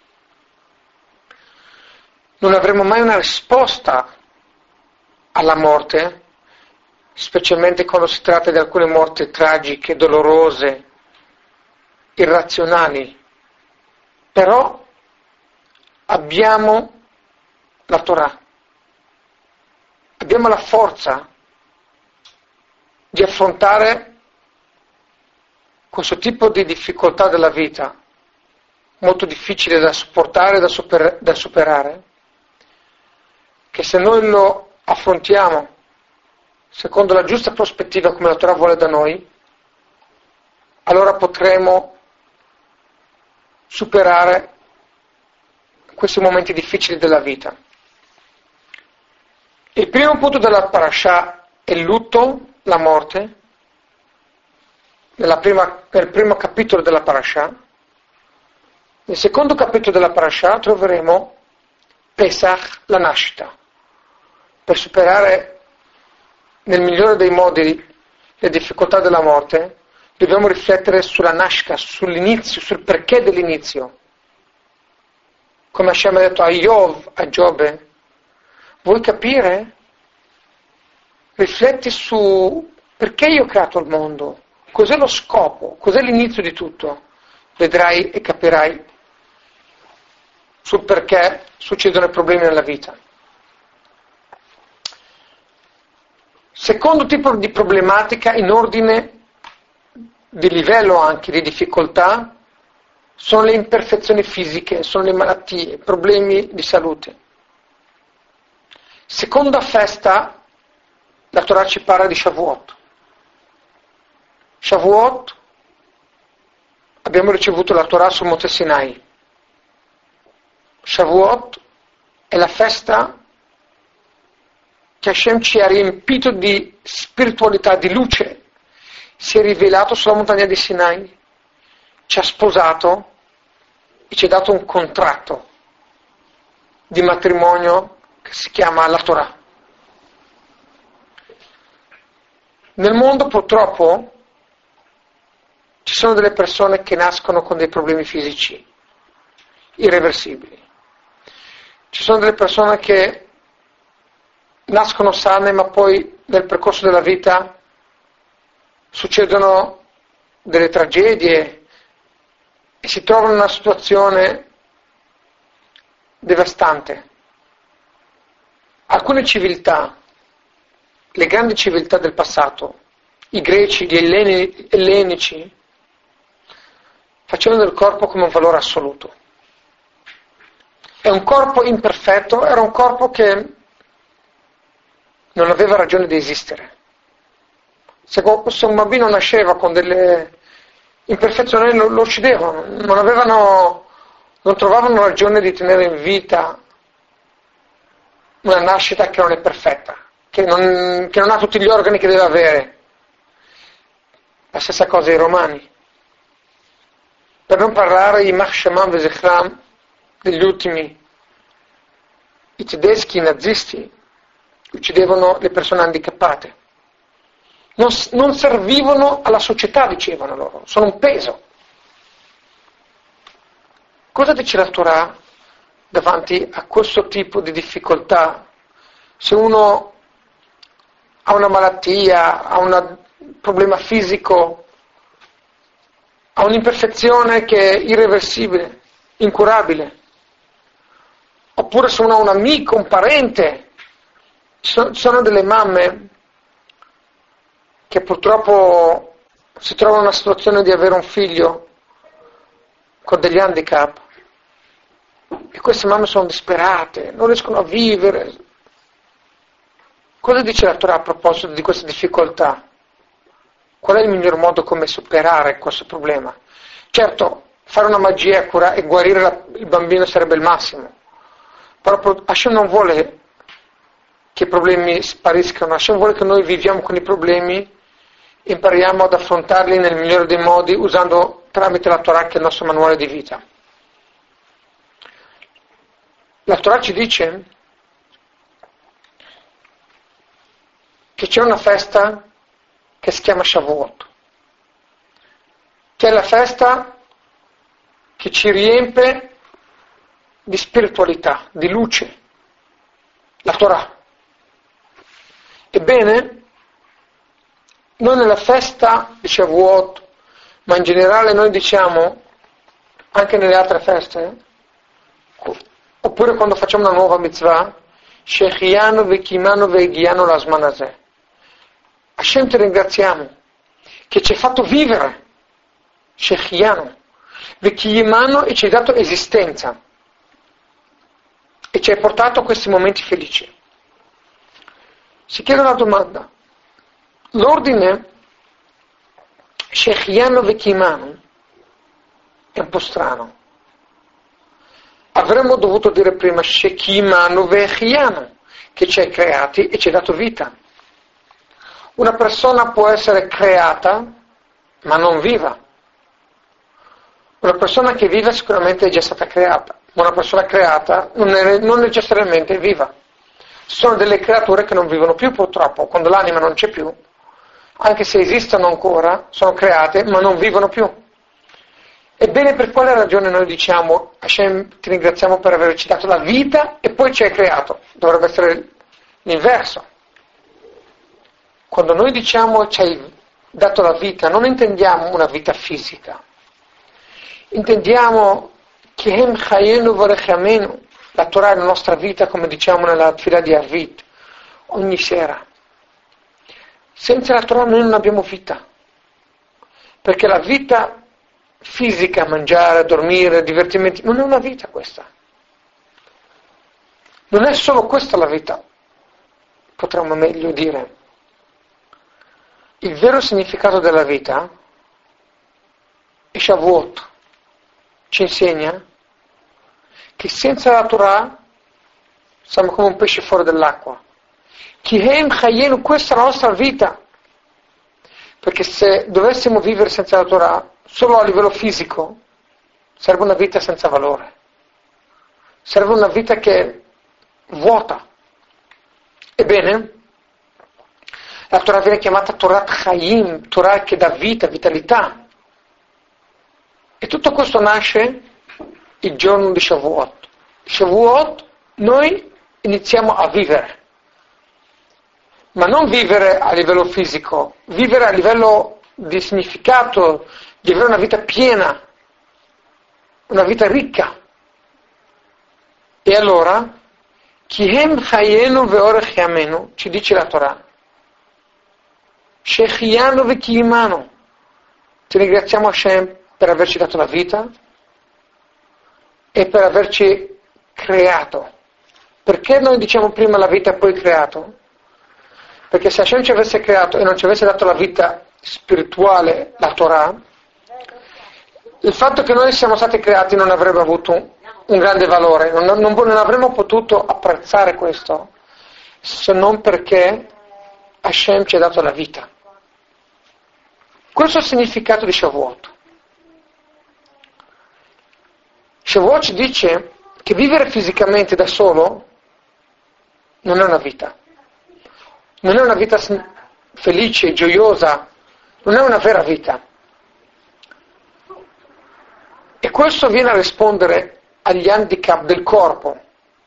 [SPEAKER 1] Non avremo mai una risposta alla morte, specialmente quando si tratta di alcune morti tragiche, dolorose, irrazionali. Però abbiamo la Torah, abbiamo la forza di affrontare questo tipo di difficoltà della vita, molto difficile da sopportare, da superare, che se noi lo affrontiamo secondo la giusta prospettiva come la Torah vuole da noi, allora potremo superare questi momenti difficili della vita. Il primo punto della parasha è il lutto, la morte, nel primo capitolo della parasha. Nel secondo capitolo della parasha troveremo Pesach, la nascita, per superare nel migliore dei modi le difficoltà della morte. Dobbiamo riflettere sulla nascita, sull'inizio, sul perché dell'inizio. Come Hashem ha detto a Giobbe, vuoi capire? Rifletti su perché io ho creato il mondo, cos'è lo scopo, cos'è l'inizio di tutto. Vedrai e capirai sul perché succedono i problemi nella vita. Secondo tipo di problematica, in ordine di livello anche di difficoltà, sono le imperfezioni fisiche, sono le malattie, problemi di salute. Seconda festa La Torah ci parla di Shavuot. Shavuot, abbiamo ricevuto la Torah sul Monte Sinai. Shavuot è la festa che Hashem ci ha riempito di spiritualità, di luce, si è rivelato sulla montagna di Sinai, ci ha sposato e ci ha dato un contratto di matrimonio che si chiama la Torah. Nel mondo purtroppo ci sono delle persone che nascono con dei problemi fisici irreversibili. Ci sono delle persone che nascono sane, ma poi nel percorso della vita succedono delle tragedie e si trovano in una situazione devastante. Alcune civiltà, le grandi civiltà del passato, i greci, gli ellenici, facevano del corpo come un valore assoluto. E un corpo imperfetto era un corpo che non aveva ragione di esistere. Se un bambino nasceva con delle imperfezioni lo uccidevano, non trovavano ragione di tenere in vita una nascita che non è perfetta, che non ha tutti gli organi che deve avere. La stessa cosa ai romani. Per non parlare di יימח שמם וזכרם degli ultimi. I tedeschi, i nazisti, uccidevano le persone handicappate. Non servivano alla società, dicevano loro, sono un peso. Cosa dice la Torah davanti a questo tipo di difficoltà? Se uno ha una malattia, ha un problema fisico, ha un'imperfezione che è irreversibile, incurabile, oppure se uno ha un amico, un parente, sono delle mamme che purtroppo si trovano in una situazione di avere un figlio con degli handicap e queste mamme sono disperate, non riescono a vivere. Cosa dice la Torah a proposito di queste difficoltà? Qual è il miglior modo come superare questo problema? Certo, fare una magia e guarire il bambino sarebbe il massimo, però Hashem non vuole che i problemi spariscano, Hashem vuole che noi viviamo con i problemi e impariamo ad affrontarli nel migliore dei modi usando tramite la Torah che è il nostro manuale di vita. La Torah ci dice che c'è una festa che si chiama Shavuot, che è la festa che ci riempie di spiritualità, di luce, la Torah. Ebbene, noi nella festa di Shavuot, ma in generale noi diciamo, anche nelle altre feste, oppure quando facciamo una nuova mitzvah, Shechianu vekimanu vegianu lasman hazeh. Hashem ti ringraziamo che ci hai fatto vivere, Shechianu, vekimanu, e ci hai dato esistenza e ci hai portato a questi momenti felici. Si chiede una domanda. L'ordine Shechianu vekimanu è un po' strano. Avremmo dovuto dire prima Shekimanu vechianu, che ci hai creati e ci hai dato vita. Una persona può essere creata ma non viva. Una persona che vive sicuramente è già stata creata, ma una persona creata non necessariamente è viva. Sono delle creature che non vivono più purtroppo, quando l'anima non c'è più, anche se esistono ancora, sono create ma non vivono più. Ebbene, per quale ragione noi diciamo Hashem ti ringraziamo per averci dato la vita e poi ci hai creato? Dovrebbe essere l'inverso. Quando noi diciamo ci hai dato la vita, non intendiamo una vita fisica, intendiamo che Hem Chayenu Varechamenu, la Torah è la nostra vita, come diciamo nella fila di Arvit, ogni sera. Senza la Torah noi non abbiamo vita, perché la vita fisica, mangiare, dormire, divertimenti, non è una vita questa. Non è solo questa la vita, potremmo meglio dire. il vero significato della vita, e Shavuot ci insegna che senza la Torah siamo come un pesce fuori dall'acqua. Kihem Chayenu, questa è la nostra vita. Perché se dovessimo vivere senza la Torah, solo a livello fisico, serve una vita senza valore. Serve una vita che è vuota. Ebbene, la Torah viene chiamata Torah Chaim, Torah che dà vita, vitalità. E tutto questo nasce il giorno di Shavuot. Shavuot noi iniziamo a vivere. Ma non vivere a livello fisico, vivere a livello di significato, di avere una vita piena, una vita ricca. E allora, Kihem Chayenu ve'orech yamenu, ci dice la Torah, Shechianu ve'kiyimanu, ti ringraziamo Hashem per averci dato la vita e per averci creato. Perché noi diciamo prima la vita e poi creato? Perché se Hashem ci avesse creato e non ci avesse dato la vita spirituale, la Torah, il fatto che noi siamo stati creati non avrebbe avuto un grande valore, non avremmo potuto apprezzare questo, se non perché Hashem ci ha dato la vita. Questo è il significato di Shavuot. Shavuot ci dice che vivere fisicamente da solo non è una vita. Non è una vita felice, gioiosa, non è una vera vita. E questo viene a rispondere agli handicap del corpo.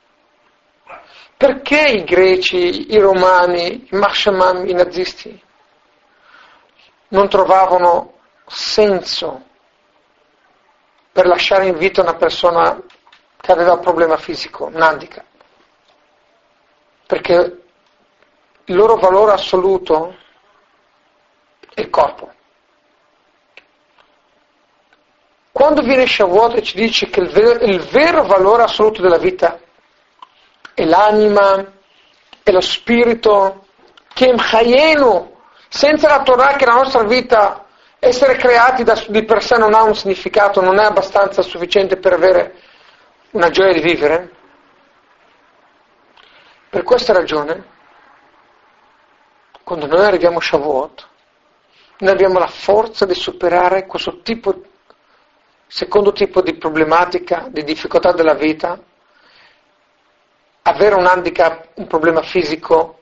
[SPEAKER 1] Perché i greci, i romani, i marshaman, i nazisti non trovavano senso per lasciare in vita una persona che aveva un problema fisico, un handicap? Perché il loro valore assoluto è il corpo. Quando viene Shavuot e ci dice che il vero valore assoluto della vita è l'anima, è lo spirito, che Chayenu, senza la Torah, che la nostra vita, essere creati di per sé non ha un significato, non è abbastanza sufficiente per avere una gioia di vivere. Per questa ragione, quando noi arriviamo a Shavuot, noi abbiamo la forza di superare questo secondo tipo di problematica, di difficoltà della vita, avere un handicap, un problema fisico,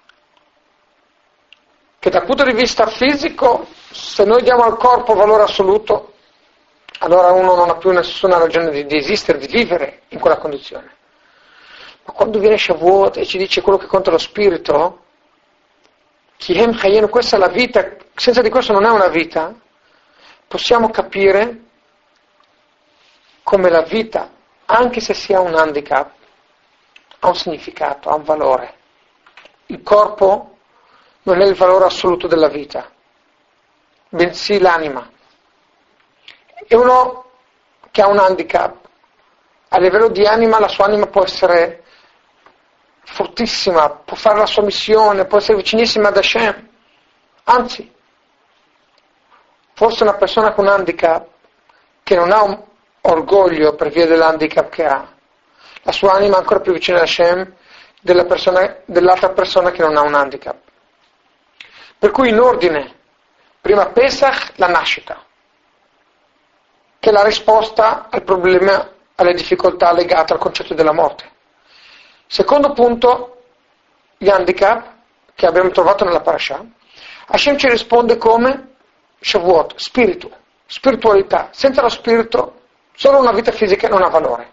[SPEAKER 1] che dal punto di vista fisico, se noi diamo al corpo valore assoluto, allora uno non ha più nessuna ragione di esistere, di vivere in quella condizione. Ma quando viene Shavuot e ci dice quello che conta lo spirito, Kihem Chayenu, questa è la vita, senza di questo non è una vita, possiamo capire come la vita, anche se si ha un handicap, ha un significato, ha un valore. Il corpo non è il valore assoluto della vita, bensì l'anima. E uno che ha un handicap, a livello di anima, la sua anima può essere fortissima, può fare la sua missione, può essere vicinissima ad Hashem. Anzi, forse una persona con un handicap che non ha un orgoglio per via dell'handicap che ha, la sua anima è ancora più vicina ad Hashem dell'altra persona che non ha un handicap. Per cui in ordine, prima Pesach, la nascita, che è la risposta al problema, alle difficoltà legate al concetto della morte. Secondo punto, gli handicap che abbiamo trovato nella parasha. Hashem ci risponde come Shavuot, spirito, spiritualità. Senza lo spirito, solo una vita fisica non ha valore.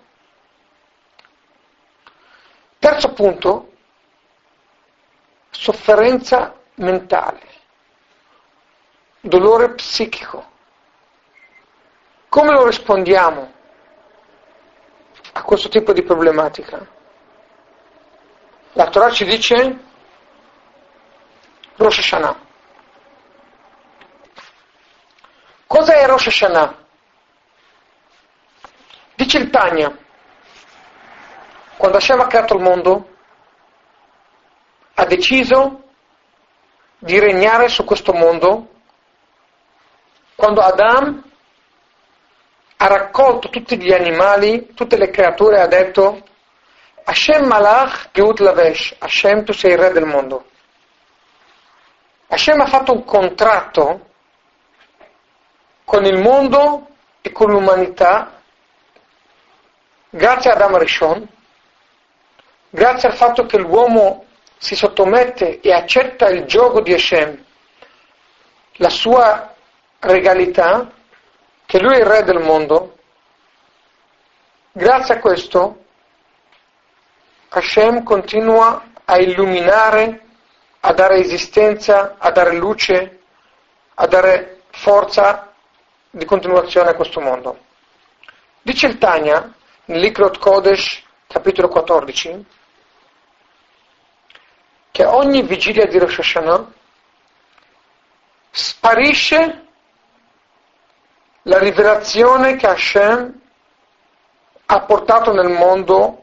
[SPEAKER 1] Terzo punto, sofferenza mentale, dolore psichico. Come lo rispondiamo a questo tipo di problematica? La Torah ci dice Rosh Hashanah. Cos'è Rosh Hashanah? Dice il Tanya, quando Hashem ha creato il mondo, ha deciso di regnare su questo mondo quando Adam ha raccolto tutti gli animali, tutte le creature e ha detto Hashem Malach Geut Lavesh, Hashem tu sei il re del mondo. Hashem ha fatto un contratto con il mondo e con l'umanità grazie ad Adam Rishon, grazie al fatto che l'uomo si sottomette e accetta il gioco di Hashem, la sua regalità, che lui è il re del mondo. Grazie a questo Hashem continua a illuminare, a dare esistenza, a dare luce, a dare forza di continuazione a questo mondo. Dice il Tanya, nell'Ikrot Kodesh, capitolo 14, che ogni vigilia di Rosh Hashanah sparisce la rivelazione che Hashem ha portato nel mondo,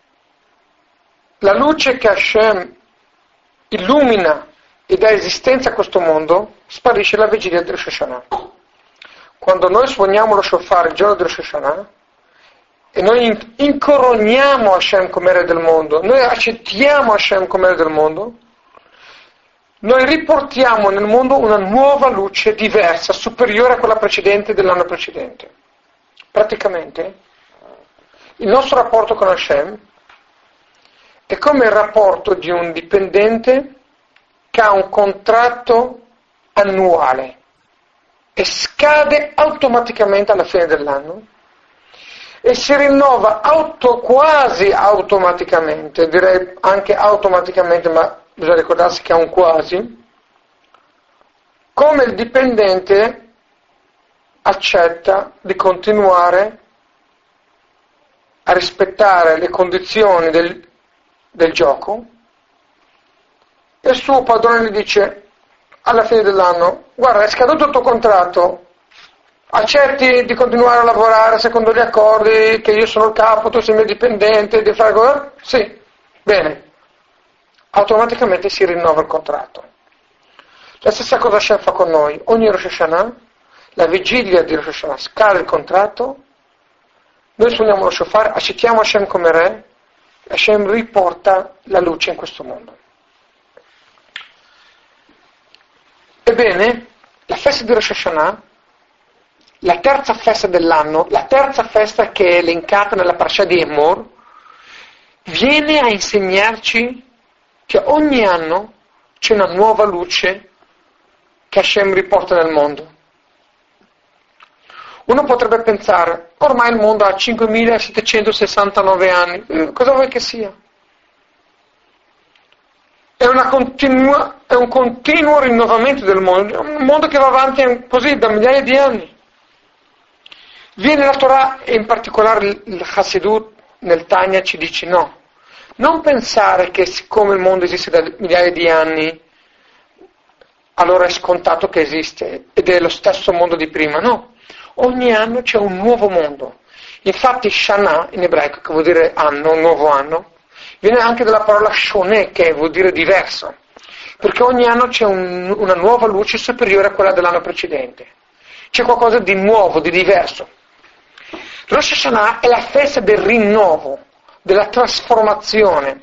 [SPEAKER 1] la luce che Hashem illumina e dà esistenza a questo mondo, sparisce la vigilia di Rosh Hashanah. Quando noi suoniamo lo shofar il giorno di Rosh Hashanah e noi incoroniamo Hashem come re del mondo, noi accettiamo Hashem come re del mondo, noi riportiamo nel mondo una nuova luce diversa, superiore a quella precedente dell'anno precedente. Praticamente il nostro rapporto con Hashem è come il rapporto di un dipendente che ha un contratto annuale e scade automaticamente alla fine dell'anno e si rinnova quasi automaticamente, direi anche automaticamente, ma bisogna ricordarsi che ha un quasi, come il dipendente accetta di continuare a rispettare le condizioni del gioco e il suo padrone gli dice alla fine dell'anno: guarda, è scaduto il tuo contratto, accetti di continuare a lavorare secondo gli accordi, che io sono il capo, tu sei il mio dipendente, di fare cosa? Sì, bene. Automaticamente si rinnova il contratto. La stessa cosa Hashem fa con noi. Ogni Rosh Hashanah, la vigilia di Rosh Hashanah, scade il contratto, noi suoniamo lo shofar, accettiamo Hashem come re, Hashem riporta la luce in questo mondo. Ebbene, la festa di Rosh Hashanah, la terza festa dell'anno, la terza festa che è elencata nella parasha di Emor, viene a insegnarci che ogni anno c'è una nuova luce che Hashem riporta nel mondo. Uno potrebbe pensare, ormai il mondo ha 5.769 anni, cosa vuoi che sia? È un continuo rinnovamento del mondo, un mondo che va avanti così da migliaia di anni. Viene la Torah, e in particolare il Chassidut nel Tanya ci dice no. Non pensare che siccome il mondo esiste da migliaia di anni, allora è scontato che esiste ed è lo stesso mondo di prima. No, ogni anno c'è un nuovo mondo. Infatti Shana in ebraico, che vuol dire anno, un nuovo anno, viene anche dalla parola Shoneh, che vuol dire diverso, perché ogni anno c'è una nuova luce superiore a quella dell'anno precedente. C'è qualcosa di nuovo, di diverso. Rosh Hashanah è la festa del rinnovo, della trasformazione.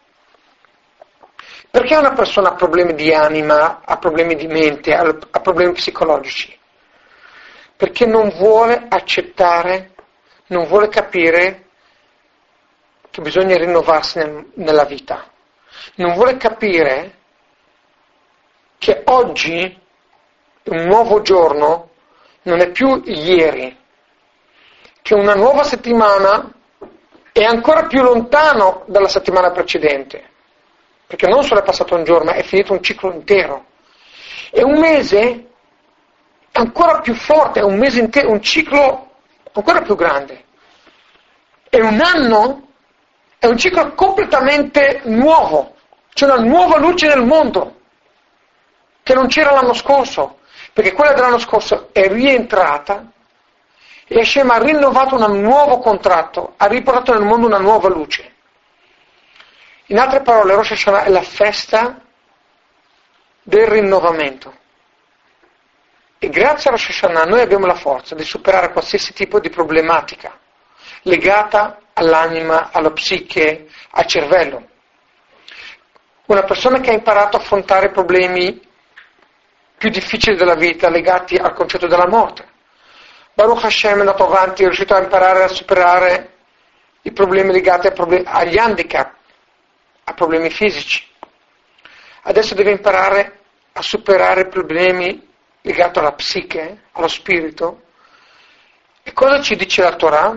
[SPEAKER 1] Perché una persona ha problemi di anima, ha problemi di mente, ha problemi psicologici? Perché non vuole accettare, non vuole capire che bisogna rinnovarsi nella vita. Non vuole capire che oggi, un nuovo giorno, non è più ieri, che una nuova settimana è ancora più lontano dalla settimana precedente, perché non solo è passato un giorno, ma è finito un ciclo intero. E un mese è ancora più forte, è un mese intero, un ciclo ancora più grande. E un anno è un ciclo completamente nuovo, c'è una nuova luce nel mondo che non c'era l'anno scorso, perché quella dell'anno scorso è rientrata e Hashem ha rinnovato un nuovo contratto, ha riportato nel mondo una nuova luce. In altre parole, Rosh Hashanah è la festa del rinnovamento. E grazie a Rosh Hashanah noi abbiamo la forza di superare qualsiasi tipo di problematica legata all'anima, alla psiche, al cervello. Una persona che ha imparato a affrontare i problemi più difficili della vita legati al concetto della morte. Baruch Hashem è andato avanti, è riuscito a imparare a superare i problemi legati agli handicap, a problemi fisici. Adesso deve imparare a superare i problemi legati alla psiche, allo spirito. E cosa ci dice la Torah?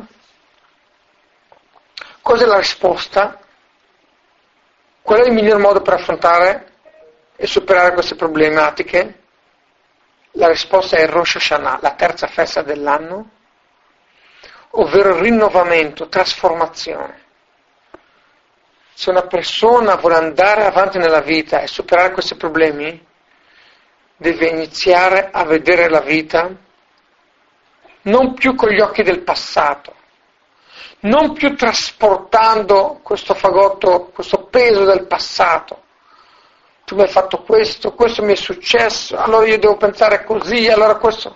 [SPEAKER 1] Cos'è la risposta? Qual è il miglior modo per affrontare e superare queste problematiche? La risposta è Rosh Hashanah, la terza festa dell'anno, ovvero rinnovamento, trasformazione. Se una persona vuole andare avanti nella vita e superare questi problemi, deve iniziare a vedere la vita non più con gli occhi del passato, non più trasportando questo fagotto, questo peso del passato. Tu mi hai fatto questo mi è successo, allora io devo pensare così, allora questo.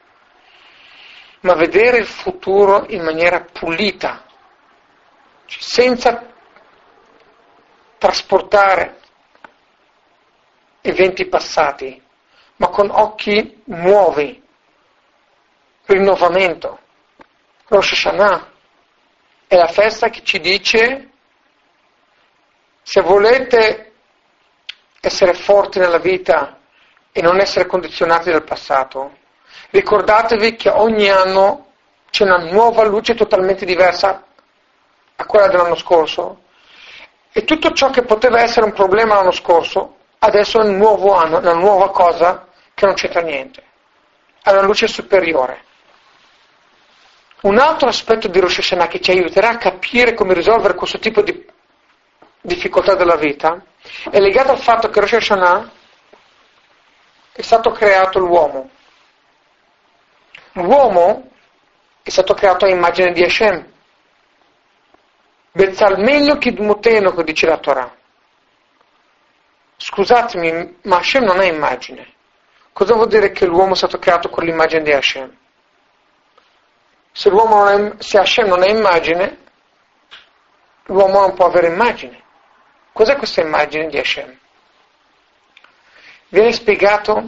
[SPEAKER 1] Ma vedere il futuro in maniera pulita, senza trasportare eventi passati, ma con occhi nuovi, rinnovamento. Rosh Hashanah è la festa che ci dice: se volete essere forti nella vita e non essere condizionati dal passato, ricordatevi che ogni anno c'è una nuova luce totalmente diversa a quella dell'anno scorso, e tutto ciò che poteva essere un problema l'anno scorso adesso è un nuovo anno, una nuova cosa che non c'entra niente, è una luce superiore. Un altro aspetto di Rosh Hashanah che ci aiuterà a capire come risolvere questo tipo di difficoltà della vita è legato al fatto che Rosh Hashanah è stato creato l'uomo. L'uomo è stato creato a immagine di Hashem. Bezzalmeno Kidmuteno, che dice la Torah. Scusatemi, ma Hashem non è immagine. Cosa vuol dire che l'uomo è stato creato con l'immagine di Hashem? Se Hashem non è immagine, l'uomo non può avere immagine. Cos'è questa immagine di Hashem? Viene spiegato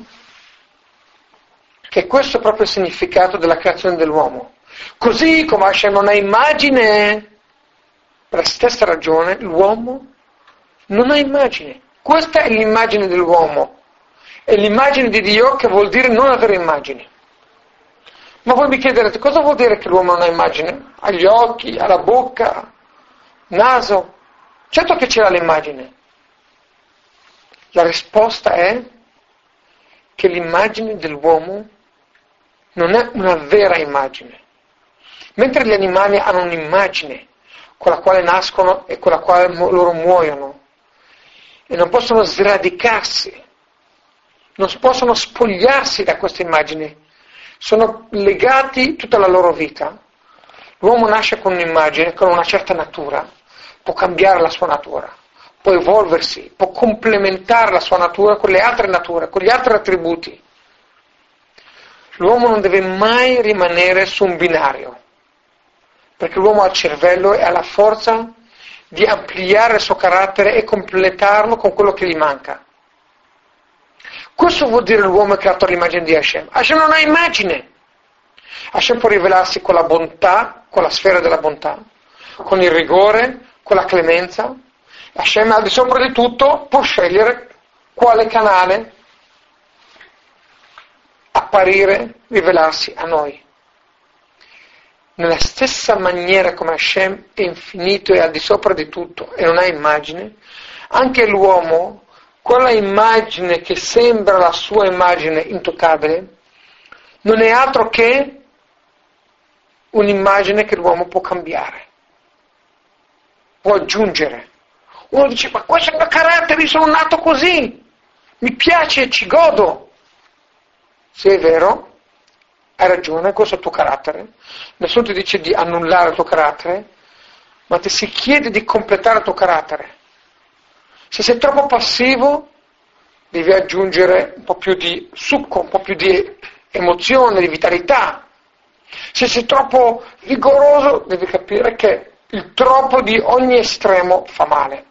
[SPEAKER 1] che questo è proprio il significato della creazione dell'uomo. Così come Hashem non ha immagine, per la stessa ragione l'uomo non ha immagine. Questa è l'immagine dell'uomo. È l'immagine di Dio, che vuol dire non avere immagine. Ma voi mi chiederete, cosa vuol dire che l'uomo non ha immagine? Ha gli occhi, ha la bocca, naso. Certo che c'era l'immagine. La risposta è che l'immagine dell'uomo non è una vera immagine. Mentre gli animali hanno un'immagine con la quale nascono e con la quale loro muoiono e non possono sradicarsi, non possono spogliarsi da questa immagine, sono legati tutta la loro vita. L'uomo nasce con un'immagine, con una certa natura, può cambiare la sua natura, può evolversi, può complementare la sua natura con le altre nature, con gli altri attributi. L'uomo non deve mai rimanere su un binario, perché l'uomo ha il cervello e ha la forza di ampliare il suo carattere e completarlo con quello che gli manca. Questo vuol dire l'uomo è creato all'immagine di Hashem. Hashem non ha immagine. Hashem può rivelarsi con la bontà, con la sfera della bontà, con il rigore, con la clemenza. Hashem, al di sopra di tutto, può scegliere quale canale apparire, rivelarsi a noi. Nella stessa maniera come Hashem è infinito e al di sopra di tutto e non ha immagine, anche l'uomo, quella immagine che sembra la sua immagine intoccabile, non è altro che un'immagine che l'uomo può cambiare, può aggiungere. Uno dice: ma questo è il mio carattere, io sono nato così, mi piace, ci godo. Se è vero, hai ragione, questo è il tuo carattere. Nessuno ti dice di annullare il tuo carattere, ma ti si chiede di completare il tuo carattere. Se sei troppo passivo, devi aggiungere un po' più di succo, un po' più di emozione, di vitalità. Se sei troppo vigoroso, devi capire che il troppo di ogni estremo fa male.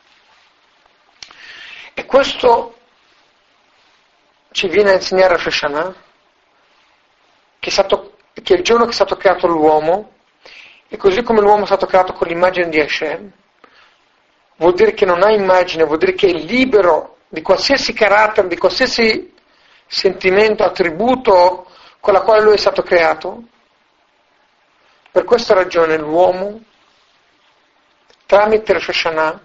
[SPEAKER 1] E questo ci viene a insegnare Rosh Hashanah, che è il giorno che è stato creato l'uomo, e così come l'uomo è stato creato con l'immagine di Hashem, vuol dire che non ha immagine, vuol dire che è libero di qualsiasi carattere, di qualsiasi sentimento, attributo con la quale lui è stato creato. Per questa ragione l'uomo, tramite Rosh Hashanah,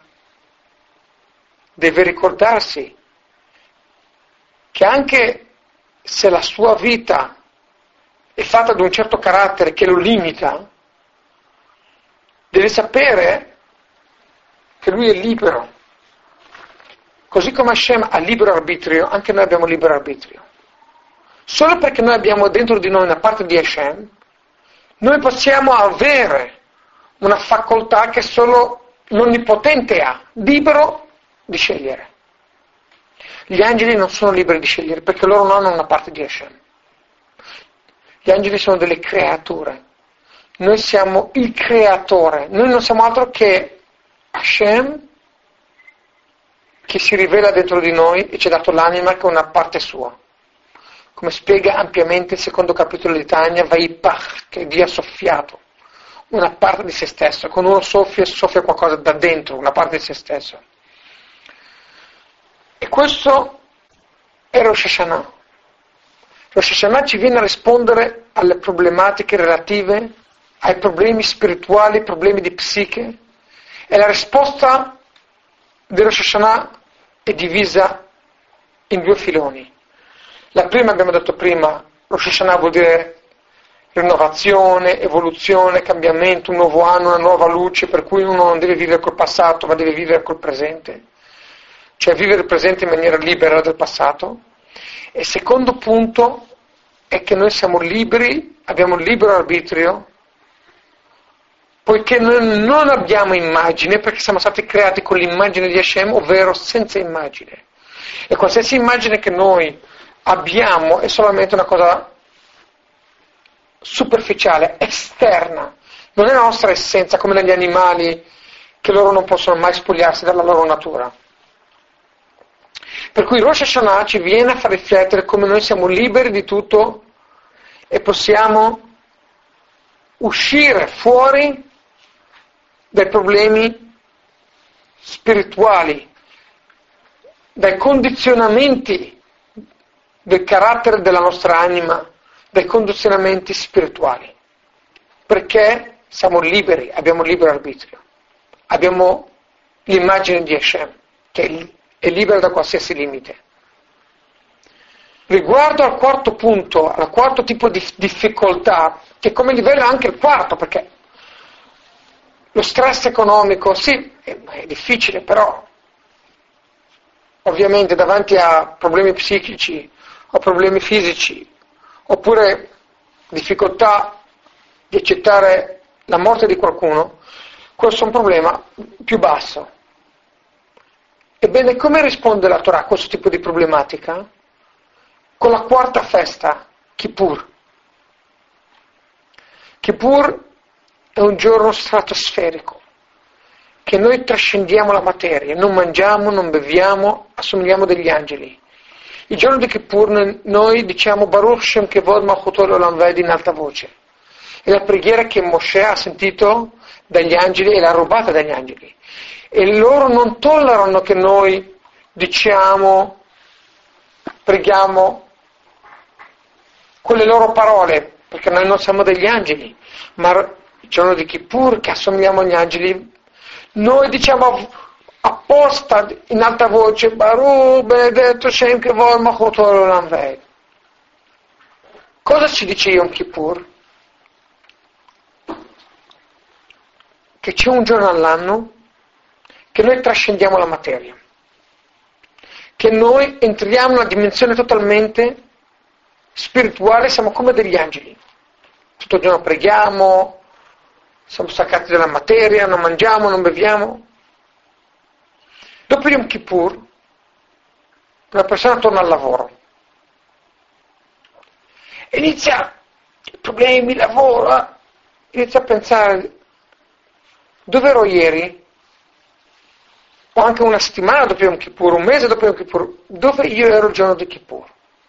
[SPEAKER 1] deve ricordarsi che anche se la sua vita è fatta di un certo carattere che lo limita, deve sapere che lui è libero. Così come Hashem ha libero arbitrio, anche noi abbiamo libero arbitrio. Solo perché noi abbiamo dentro di noi una parte di Hashem, noi possiamo avere una facoltà che solo l'Onnipotente ha, libero di scegliere. Gli angeli non sono liberi di scegliere perché loro non hanno una parte di Hashem. Gli angeli sono delle creature. Noi siamo il creatore. Noi non siamo altro che Hashem che si rivela dentro di noi e ci ha dato l'anima che è una parte sua. Come spiega ampiamente il secondo capitolo di Tanya, Vaipach, che vi ha soffiato una parte di se stesso. Quando uno soffia qualcosa da dentro, una parte di se stesso. E questo è Rosh Hashanah. Rosh Hashanah ci viene a rispondere alle problematiche relative ai problemi spirituali, problemi di psiche, e la risposta di Rosh Hashanah è divisa in due filoni. La prima, abbiamo detto prima, Rosh Hashanah vuol dire rinnovazione, evoluzione, cambiamento, un nuovo anno, una nuova luce, per cui uno non deve vivere col passato, ma deve vivere col presente. Cioè vivere il presente in maniera libera dal passato. E il secondo punto è che noi siamo liberi, abbiamo il libero arbitrio, poiché noi non abbiamo immagine, perché siamo stati creati con l'immagine di Hashem, ovvero senza immagine. E qualsiasi immagine che noi abbiamo è solamente una cosa superficiale, esterna, non è la nostra essenza, come negli animali, che loro non possono mai spogliarsi dalla loro natura. Per cui Rosh Hashanah ci viene a far riflettere come noi siamo liberi di tutto e possiamo uscire fuori dai problemi spirituali, dai condizionamenti del carattere della nostra anima, dai condizionamenti spirituali, perché siamo liberi, abbiamo libero arbitrio, abbiamo l'immagine di Hashem, che è libera da qualsiasi limite. Riguardo al quarto punto, al quarto tipo di difficoltà, che come livello è anche il quarto, perché lo stress economico, sì, è difficile, però ovviamente davanti a problemi psichici o problemi fisici, oppure difficoltà di accettare la morte di qualcuno, questo è un problema più basso. Ebbene, come risponde la Torah a questo tipo di problematica? Con la quarta festa, Kippur. Kippur è un giorno stratosferico, che noi trascendiamo la materia, non mangiamo, non beviamo, assomigliamo degli angeli. Il giorno di Kippur noi diciamo Baruch Shem Kevod Malchuto Leolam Vaed in alta voce. È la preghiera che Mosè ha sentito dagli angeli e l'ha rubata dagli angeli. E loro non tollerano che noi diciamo, preghiamo con le loro parole, perché noi non siamo degli angeli, ma il giorno di Kippur, che assomigliamo agli angeli, noi diciamo apposta in alta voce Baruch benedetto Shem Kevod Malchuto Leolam Vaed. Cosa ci dice Yom Kippur? Che c'è un giorno all'anno che noi trascendiamo la materia, che noi entriamo in una dimensione totalmente spirituale, siamo come degli angeli. Tutto il giorno preghiamo, siamo staccati dalla materia, non mangiamo, non beviamo. Dopo Yom Kippur Una persona torna al lavoro, inizia i problemi, lavoro, inizia a pensare, dove ero ieri? O anche una settimana dopo Yom Kippur, un mese dopo Yom Kippur, dove io ero il giorno di Kippur?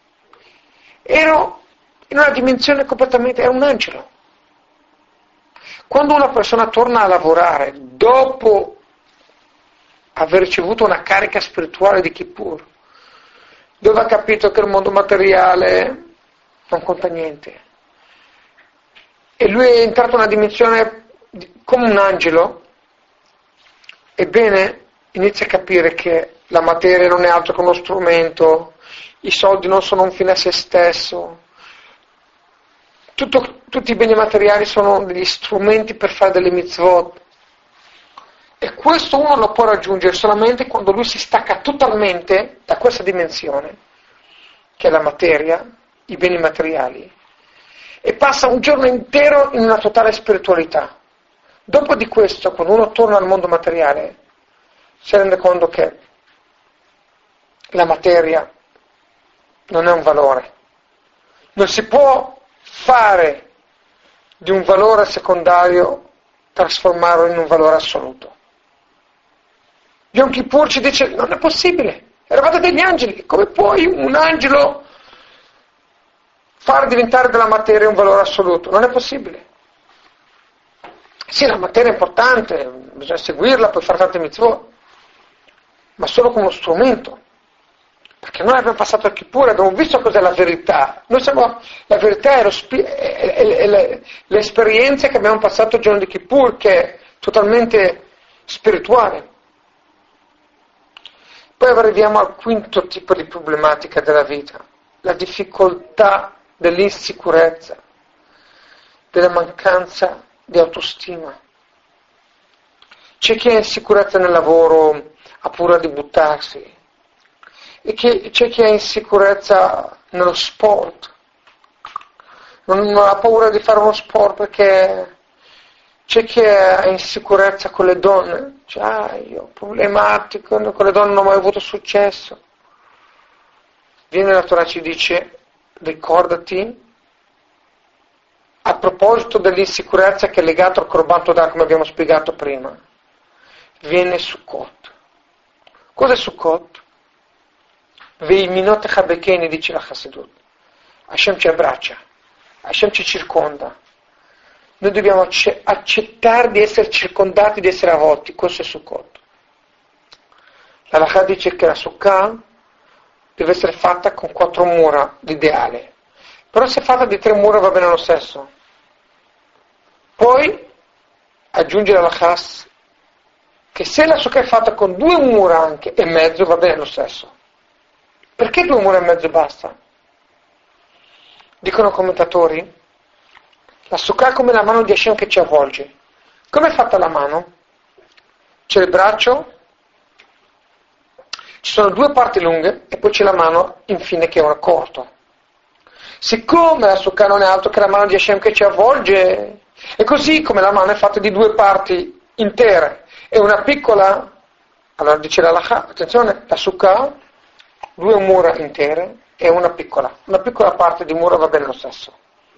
[SPEAKER 1] Ero in una dimensione completamente, ero un angelo. Quando una persona torna a lavorare dopo aver ricevuto una carica spirituale di Kippur, dove ha capito che il mondo materiale non conta niente, e lui è entrato in una dimensione come un angelo, ebbene inizia a capire che la materia non è altro che uno strumento, i soldi non sono un fine a se stesso, tutti i beni materiali sono degli strumenti per fare delle mitzvot, e questo uno lo può raggiungere solamente quando lui si stacca totalmente da questa dimensione, che è la materia, i beni materiali, e passa un giorno intero in una totale spiritualità. Dopo di questo, quando uno torna al mondo materiale, si rende conto che la materia non è un valore. Non si può fare di un valore secondario trasformarlo in un valore assoluto. Yom Kippur ci dice, non è possibile, eravate degli angeli, come puoi un angelo far diventare della materia un valore assoluto? Non è possibile. Sì, la materia è importante, bisogna seguirla, puoi fare tante mitzvot, ma solo come uno strumento. Perché noi abbiamo passato il Kippur, abbiamo visto cos'è la verità. La verità è l'esperienza che abbiamo passato il giorno di Kippur, che è totalmente spirituale. Poi arriviamo al quinto tipo di problematica della vita, la difficoltà dell'insicurezza, della mancanza di autostima. C'è chi ha insicurezza nel lavoro, ha paura di buttarsi, e c'è chi ha insicurezza nello sport, non ha paura di fare uno sport perché c'è chi ha insicurezza con le donne, io problematico, con le donne non ho mai avuto successo. Viene la Torah, ci dice, ricordati, a proposito dell'insicurezza che è legato al Korban Todà, come abbiamo spiegato prima, viene Sukkot. Cos'è Sukkot? Veiminot Chabekeni, dice la Chassidut. Hashem ci abbraccia, Hashem ci circonda. Noi dobbiamo accettare di essere circondati, di essere avvolti. Questo è Sukkot. La Halakha dice che la Sukkah deve essere fatta con 4 mura, l'ideale. Però se è fatta di 3 mura va bene lo stesso. Poi aggiunge la Halakha che se la Sukkah è fatta con 2 mura anche e mezzo va bene lo stesso. Perché 2 mura e mezzo basta? Dicono commentatori, la Sukkah è come la mano di Hashem che ci avvolge. Come è fatta la mano? C'è il braccio, ci sono 2 parti lunghe e poi c'è la mano infine che è un corto. Siccome la Sukkah non è altro che la mano di Hashem che ci avvolge, e così come la mano è fatta di 2 parti intere e una piccola, allora dice la Halakha, attenzione, la Sukkah, 2 mura intere e una piccola parte di mura va bene lo stesso.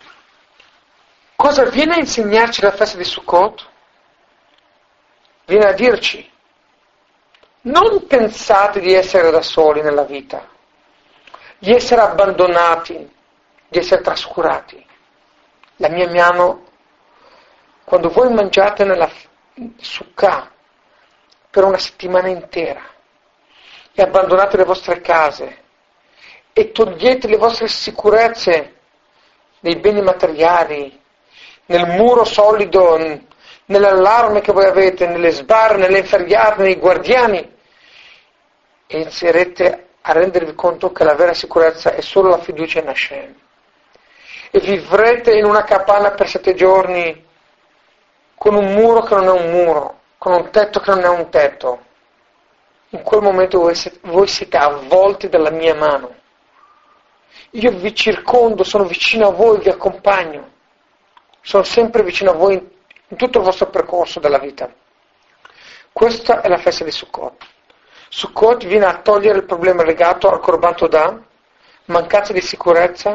[SPEAKER 1] Cosa viene a insegnarci la festa di Sukkot? Viene a dirci, non pensate di essere da soli nella vita, di essere abbandonati, di essere trascurati. La mia mano, quando voi mangiate nella Sukkah per una settimana intera e abbandonate le vostre case e togliete le vostre sicurezze nei beni materiali, nel muro solido, nell'allarme che voi avete, nelle sbarre, nelle inferriate, nei guardiani, e inizierete a rendervi conto che la vera sicurezza è solo la fiducia in Hashem. E vivrete in una capanna per 7 giorni con un muro che non è un muro, con un tetto che non è un tetto. In quel momento voi siete avvolti dalla mia mano. Io vi circondo, sono vicino a voi, vi accompagno. Sono sempre vicino a voi in tutto il vostro percorso della vita. Questa è la festa di Sukkot. Sukkot viene a togliere il problema legato al Korban Todah, mancanza di sicurezza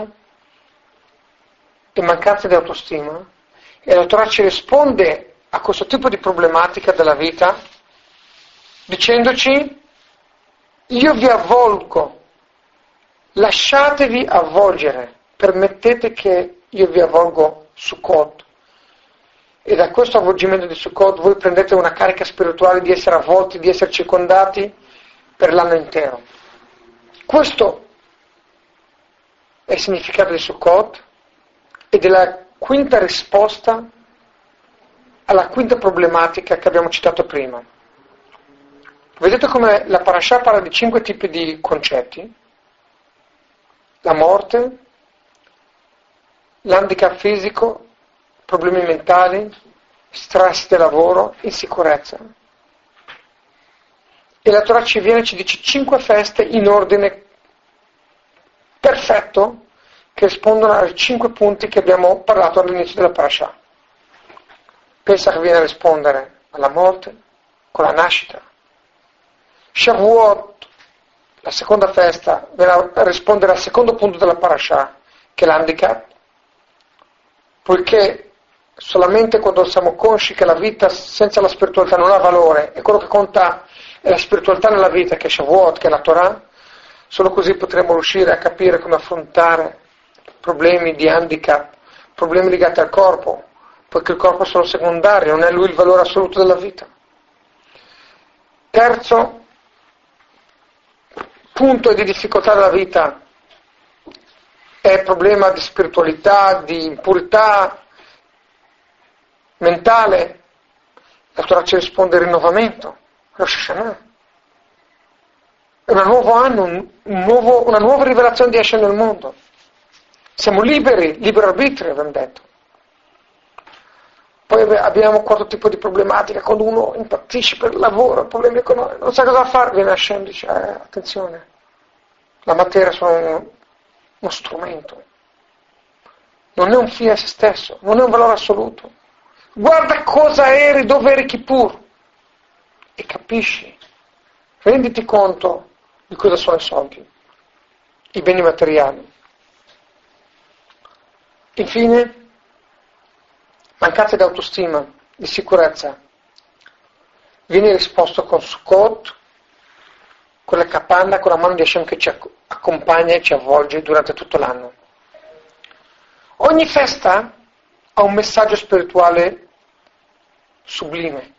[SPEAKER 1] e mancanza di autostima, e la Torah ci risponde a questo tipo di problematica della vita dicendoci: io vi avvolgo, lasciatevi avvolgere, permettete che io vi avvolgo Sukkot, e da questo avvolgimento di Sukkot voi prendete una carica spirituale di essere avvolti, di essere circondati per l'anno intero. Questo è il significato di Sukkot ed è la quinta risposta alla quinta problematica che abbiamo citato prima. Vedete come la parasha parla di 5 tipi di concetti: la morte, l'handicap fisico, problemi mentali, stress del lavoro, insicurezza. E la Torah ci viene e ci dice 5 feste in ordine perfetto che rispondono ai 5 punti che abbiamo parlato all'inizio della parasha. Pesach viene a rispondere alla morte con la nascita. Shavuot, la seconda festa, viene a rispondere al secondo punto della parasha, che è l'handicap, poiché solamente quando siamo consci che la vita senza la spiritualità non ha valore e quello che conta è la spiritualità nella vita, che è Shavuot, che è la Torah, solo così potremo riuscire a capire come affrontare problemi di handicap, problemi legati al corpo, poiché il corpo è solo secondario, non è lui il valore assoluto della vita. Terzo punto di difficoltà della vita è il problema di spiritualità, di impurità mentale. La Torah ci risponde il rinnovamento, Rosh Hashanah. È un nuovo anno, una nuova rivelazione di Hashem nel mondo. Siamo liberi, libero arbitrio, abbiamo detto. Poi abbiamo 4 tipi di problematica: quando uno impazzisce per il lavoro, problemi economici, non sa cosa fare, viene Hashem e dice: attenzione, la materia è uno strumento, non è un fine a se stesso, non è un valore assoluto. Guarda cosa eri, dove eri Kippur, e capisci, renditi conto di cosa sono i soldi, i beni materiali. Infine, mancanza di autostima, di sicurezza, viene risposto con Sukkot, con la capanna, con la mano di Hashem che ci accompagna e ci avvolge durante tutto l'anno. Ogni festa ha un messaggio spirituale sublime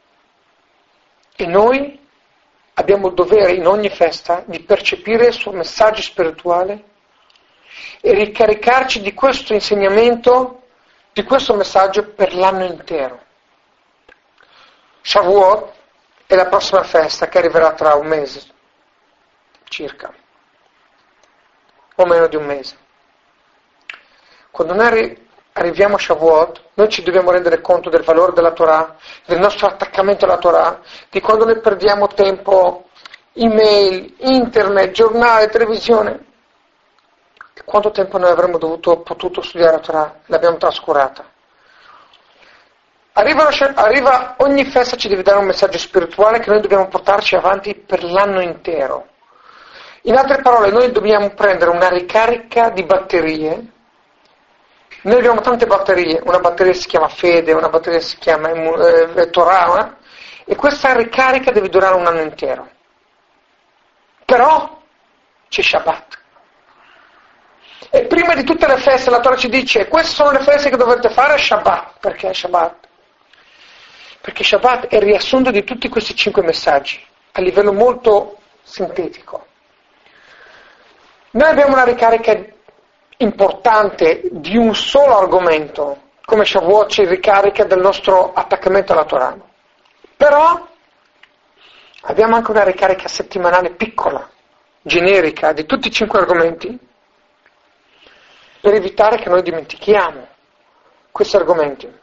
[SPEAKER 1] e noi abbiamo il dovere in ogni festa di percepire il suo messaggio spirituale e ricaricarci di questo insegnamento, di questo messaggio per l'anno intero. Shavuot è la prossima festa che arriverà tra un mese circa, o meno di un mese. Quando noi arriviamo a Shavuot, noi ci dobbiamo rendere conto del valore della Torah, del nostro attaccamento alla Torah, di quando noi perdiamo tempo, email, internet, giornale, televisione. E quanto tempo noi avremmo potuto studiare la Torah, l'abbiamo trascurata. Arriva ogni festa, ci deve dare un messaggio spirituale che noi dobbiamo portarci avanti per l'anno intero. In altre parole, noi dobbiamo prendere una ricarica di batterie. Noi abbiamo tante batterie, una batteria si chiama fede, una batteria si chiama Torah, e questa ricarica deve durare un anno intero. Però c'è Shabbat. E prima di tutte le feste la Torah ci dice: queste sono le feste che dovete fare a Shabbat. Perché Shabbat? Perché Shabbat è il riassunto di tutti questi 5 messaggi, a livello molto sintetico. Noi abbiamo una ricarica importante di un solo argomento, come Shavuot ci ricarica del nostro attaccamento alla Torah. Però abbiamo anche una ricarica settimanale piccola, generica, di tutti i 5 argomenti, per evitare che noi dimentichiamo questi argomenti.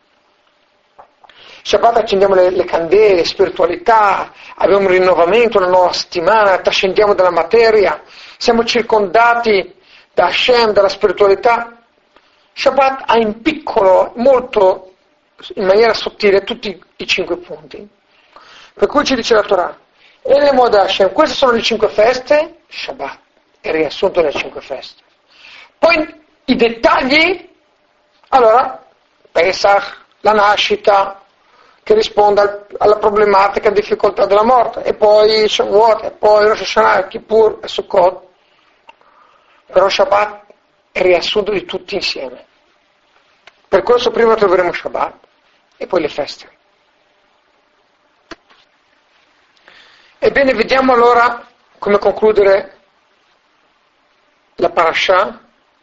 [SPEAKER 1] Shabbat accendiamo le candele, spiritualità, abbiamo un rinnovamento, una nuova settimana, trascendiamo dalla materia, siamo circondati da Hashem, dalla spiritualità. Shabbat ha in piccolo, molto, in maniera sottile, tutti i 5 punti. Per cui ci dice la Torah: Ele Moed Hashem. Queste sono le 5 feste, Shabbat, è riassunto nelle 5 feste. Poi i dettagli, allora, Pesach, la nascita, che risponde alla problematica e difficoltà della morte, e poi Shavuot, e poi Rosh Hashanah, Kippur e Sukkot. Però Shabbat è riassunto di tutti insieme. Per questo prima troveremo Shabbat e poi le feste. Ebbene, vediamo allora come concludere la parasha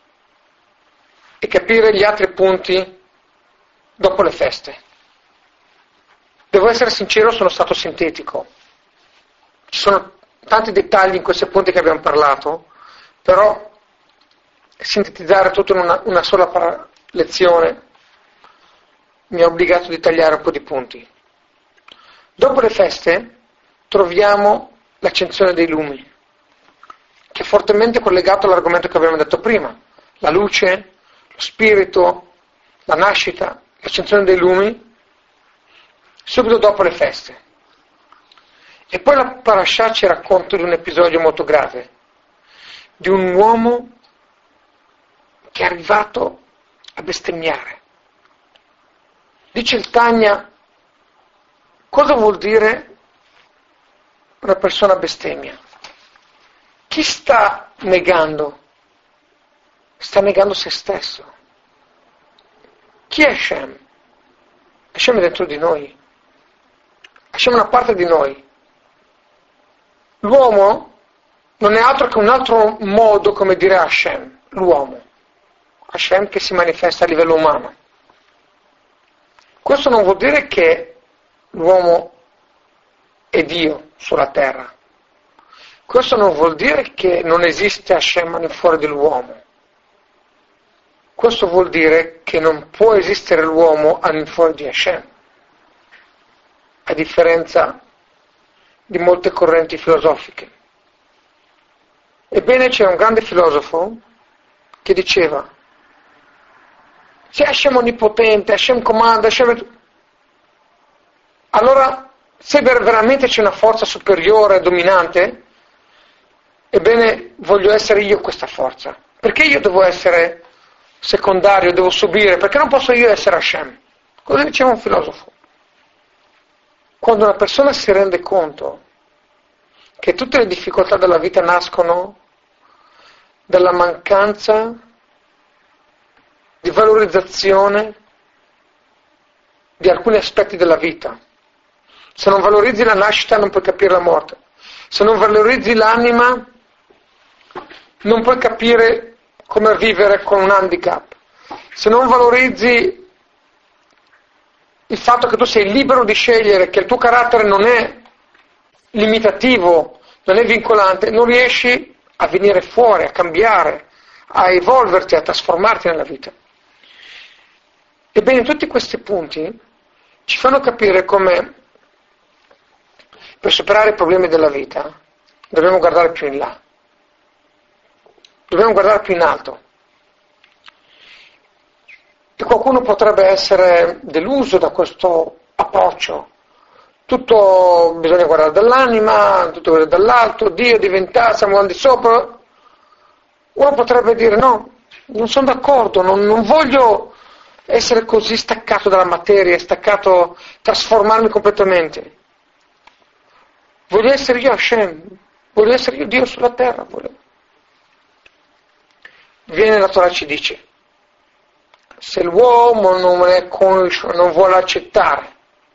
[SPEAKER 1] e capire gli altri punti dopo le feste. Devo essere sincero, sono stato sintetico. Ci sono tanti dettagli in questi punti che abbiamo parlato, però sintetizzare tutto in una sola lezione mi ha obbligato di tagliare un po' di punti. Dopo le feste troviamo l'accensione dei lumi, che è fortemente collegato all'argomento che abbiamo detto prima, la luce, lo spirito, la nascita, l'accensione dei lumi, subito dopo le feste. E poi la parasha ci racconta di un episodio molto grave, di un uomo che è arrivato a bestemmiare. Dice il Tanya, cosa vuol dire una persona bestemmia? Chi sta negando? Sta negando se stesso. Chi è Hashem? Hashem è dentro di noi. Hashem è una parte di noi. L'uomo non è altro che un altro modo, come dire Hashem, l'uomo. Hashem che si manifesta a livello umano. Questo non vuol dire che l'uomo è Dio sulla terra. Questo non vuol dire che non esiste Hashem al di fuori dell'uomo. Questo vuol dire che non può esistere l'uomo al di fuori di Hashem, a differenza di molte correnti filosofiche. Ebbene, c'è un grande filosofo che diceva: se Hashem è onnipotente, Hashem comanda, allora se veramente c'è una forza superiore, dominante, ebbene voglio essere io questa forza. Perché io devo essere secondario, devo subire? Perché non posso io essere Hashem? Cosa diceva un filosofo? Quando una persona si rende conto che tutte le difficoltà della vita nascono dalla mancanza di valorizzazione di alcuni aspetti della vita. Se non valorizzi la nascita non puoi capire la morte. Se non valorizzi l'anima non puoi capire come vivere con un handicap. Se non valorizzi il fatto che tu sei libero di scegliere, che il tuo carattere non è limitativo, non è vincolante, non riesci a venire fuori, a cambiare, a evolverti, a trasformarti nella vita. Ebbene, tutti questi punti ci fanno capire come per superare i problemi della vita dobbiamo guardare più in là, dobbiamo guardare più in alto. E qualcuno potrebbe essere deluso da questo approccio. Tutto bisogna guardare dall'anima, tutto guardare dall'alto, Dio diventa, siamo al di sopra. Uno potrebbe dire no, non sono d'accordo, non voglio essere così staccato dalla materia, staccato, trasformarmi completamente. Voglio essere io Hashem, voglio essere io Dio sulla terra. Viene la Torah ci dice: se l'uomo non è conscio, non vuole accettare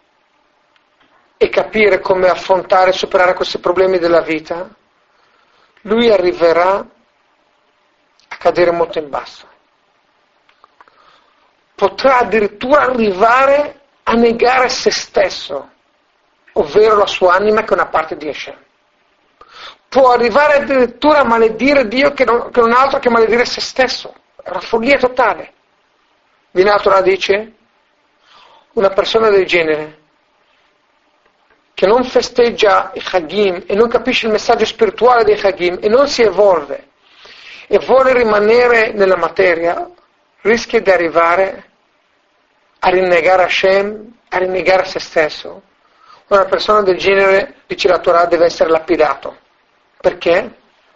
[SPEAKER 1] e capire come affrontare e superare questi problemi della vita, lui arriverà a cadere molto in basso. Potrà addirittura arrivare a negare se stesso, ovvero la sua anima che è una parte di Hashem. Può arrivare addirittura a maledire Dio che non altro che maledire se stesso. È una follia totale. Viene la Torah dice: una persona del genere che non festeggia i Chagim e non capisce il messaggio spirituale dei Chagim e non si evolve e vuole rimanere nella materia, rischia di arrivare a rinnegare Hashem, a rinnegare se stesso, Una persona del genere, dice la Torah, deve essere lapidato. Perché?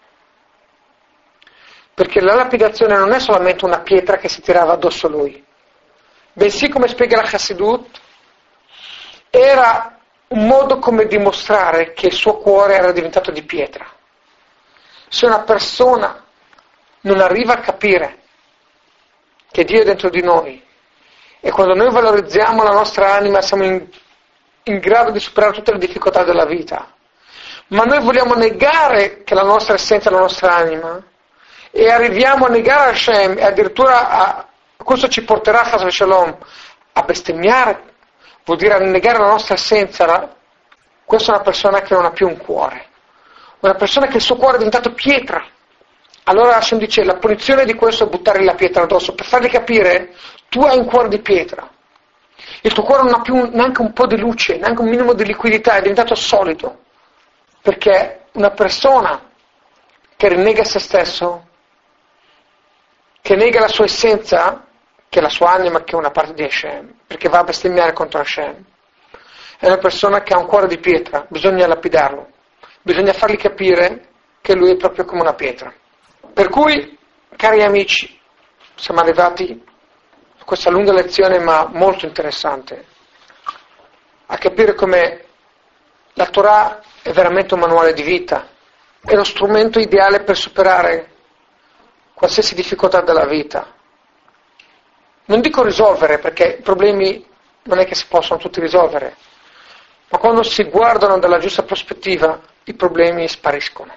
[SPEAKER 1] Perché la lapidazione non è solamente una pietra che si tirava addosso a lui, bensì, come spiega la Chassidut, era un modo come dimostrare che il suo cuore era diventato di pietra. Se una persona non arriva a capire che Dio è dentro di noi, e quando noi valorizziamo la nostra anima siamo in grado di superare tutte le difficoltà della vita, ma noi vogliamo negare che la nostra essenza è la nostra anima, e arriviamo a negare Hashem, e addirittura questo ci porterà a Chas v'Shalom a bestemmiare, vuol dire a negare la nostra essenza. Questa è una persona che non ha più un cuore, una persona che il suo cuore è diventato pietra. Allora Hashem dice, la punizione di questo è buttargli la pietra addosso, per fargli capire, tu hai un cuore di pietra, il tuo cuore non ha più neanche un po' di luce, neanche un minimo di liquidità, è diventato solido, perché una persona che rinnega se stesso, che nega la sua essenza, che è la sua anima, che è una parte di Hashem, perché va a bestemmiare contro Hashem, è una persona che ha un cuore di pietra, bisogna lapidarlo, bisogna fargli capire che lui è proprio come una pietra. Per cui, cari amici, siamo arrivati a questa lunga lezione, ma molto interessante, a capire come la Torah è veramente un manuale di vita, è lo strumento ideale per superare qualsiasi difficoltà della vita. Non dico risolvere, perché i problemi non è che si possono tutti risolvere, ma quando si guardano dalla giusta prospettiva i problemi spariscono.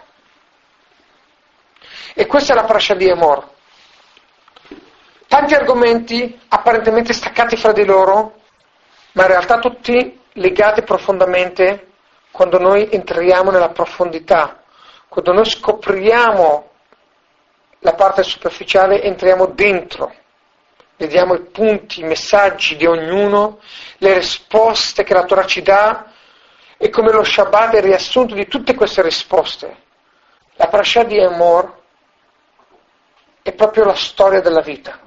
[SPEAKER 1] E questa è la parasha di Emor. Tanti argomenti apparentemente staccati fra di loro, ma in realtà tutti legati profondamente quando noi entriamo nella profondità, quando noi scopriamo la parte superficiale, entriamo dentro, vediamo i punti, i messaggi di ognuno, le risposte che la Torah ci dà e come lo Shabbat è il riassunto di tutte queste risposte. La parasha di Emor è proprio la storia della vita.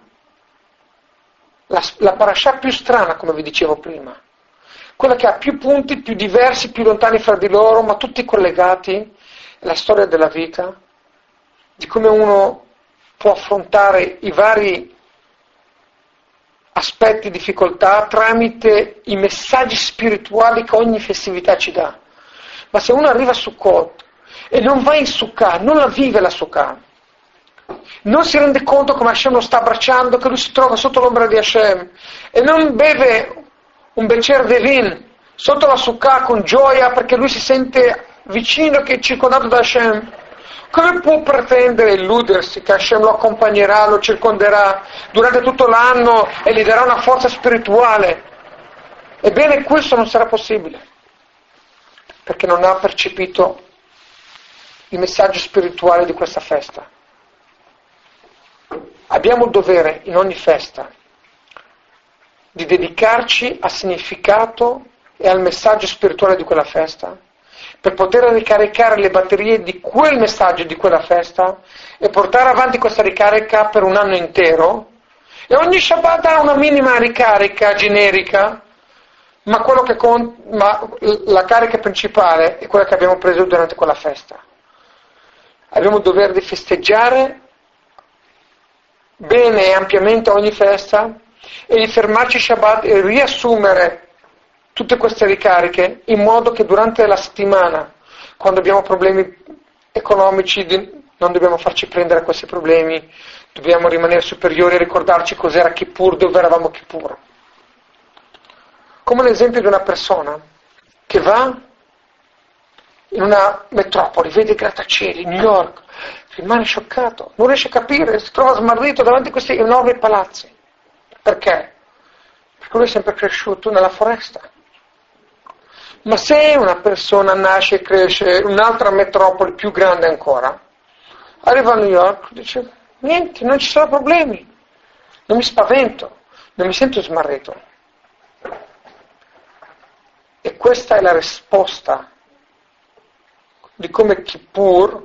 [SPEAKER 1] La parasha più strana, come vi dicevo prima, quella che ha più punti, più diversi, più lontani fra di loro, ma tutti collegati, è la storia della vita, di come uno può affrontare i vari aspetti, difficoltà, tramite i messaggi spirituali che ogni festività ci dà. Ma se uno arriva a Sukkot e non va in Sukkah, non la vive la Sukkah, non si rende conto come Hashem lo sta abbracciando, che lui si trova sotto l'ombra di Hashem, e non beve un becer de vin sotto la Sukkah con gioia perché lui si sente vicino, che è circondato da Hashem, come può pretendere, illudersi che Hashem lo accompagnerà, lo circonderà durante tutto l'anno e gli darà una forza spirituale? Ebbene, questo non sarà possibile, perché non ha percepito il messaggio spirituale di questa festa. Abbiamo il dovere, in ogni festa, di dedicarci al significato e al messaggio spirituale di quella festa, per poter ricaricare le batterie di quel messaggio, di quella festa, e portare avanti questa ricarica per un anno intero. E ogni Shabbat ha una minima ricarica generica, ma quello che ma la carica principale è quella che abbiamo preso durante quella festa. Abbiamo il dovere di festeggiare bene e ampiamente ogni festa, e di fermarci Shabbat e riassumere tutte queste ricariche, in modo che durante la settimana, quando abbiamo problemi economici, non dobbiamo farci prendere a questi problemi, dobbiamo rimanere superiori e ricordarci cos'era Kippur, dove eravamo Kippur. Come l'esempio di una persona che va in una metropoli, vede i grattacieli, New York, rimane scioccato, non riesce a capire, si trova smarrito davanti a questi enormi palazzi. Perché? Perché lui è sempre cresciuto nella foresta. Ma se una persona nasce e cresce in un'altra metropoli più grande ancora, arriva a New York, dice, niente, non ci sono problemi, non mi spavento, non mi sento smarrito. E questa è la risposta di come Kippur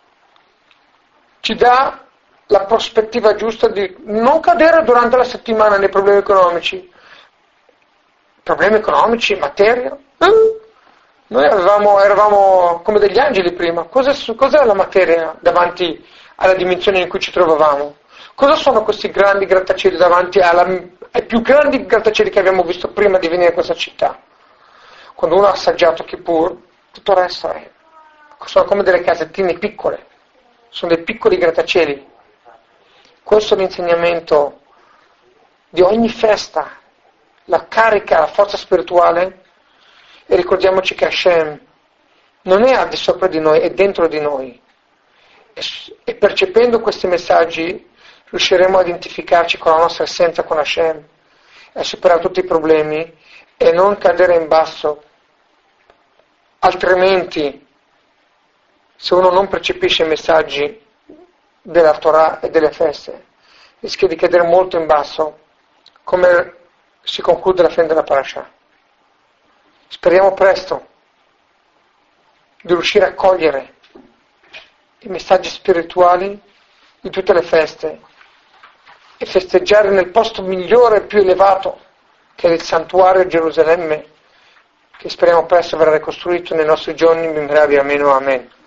[SPEAKER 1] ci dà la prospettiva giusta di non cadere durante la settimana nei problemi economici. Problemi economici, materia, Noi eravamo come degli angeli prima. Cos'è la materia davanti alla dimensione in cui ci trovavamo? Cosa sono questi grandi grattacieli davanti ai più grandi grattacieli che abbiamo visto prima di venire a questa città? Quando uno ha assaggiato Kippur, tutto il resto sono come delle casettine piccole, sono dei piccoli grattacieli. Questo è l'insegnamento di ogni festa, la carica, la forza spirituale. E ricordiamoci che Hashem non è al di sopra di noi, è dentro di noi. E percependo questi messaggi riusciremo a identificarci con la nostra essenza, con Hashem, e a superare tutti i problemi e non cadere in basso. Altrimenti, se uno non percepisce i messaggi della Torah e delle feste, rischia di cadere molto in basso, come si conclude la fine della parasha. Speriamo presto di riuscire a cogliere i messaggi spirituali di tutte le feste e festeggiare nel posto migliore e più elevato, che è il santuario di Gerusalemme, che speriamo presto verrà ricostruito nei nostri giorni. Amen.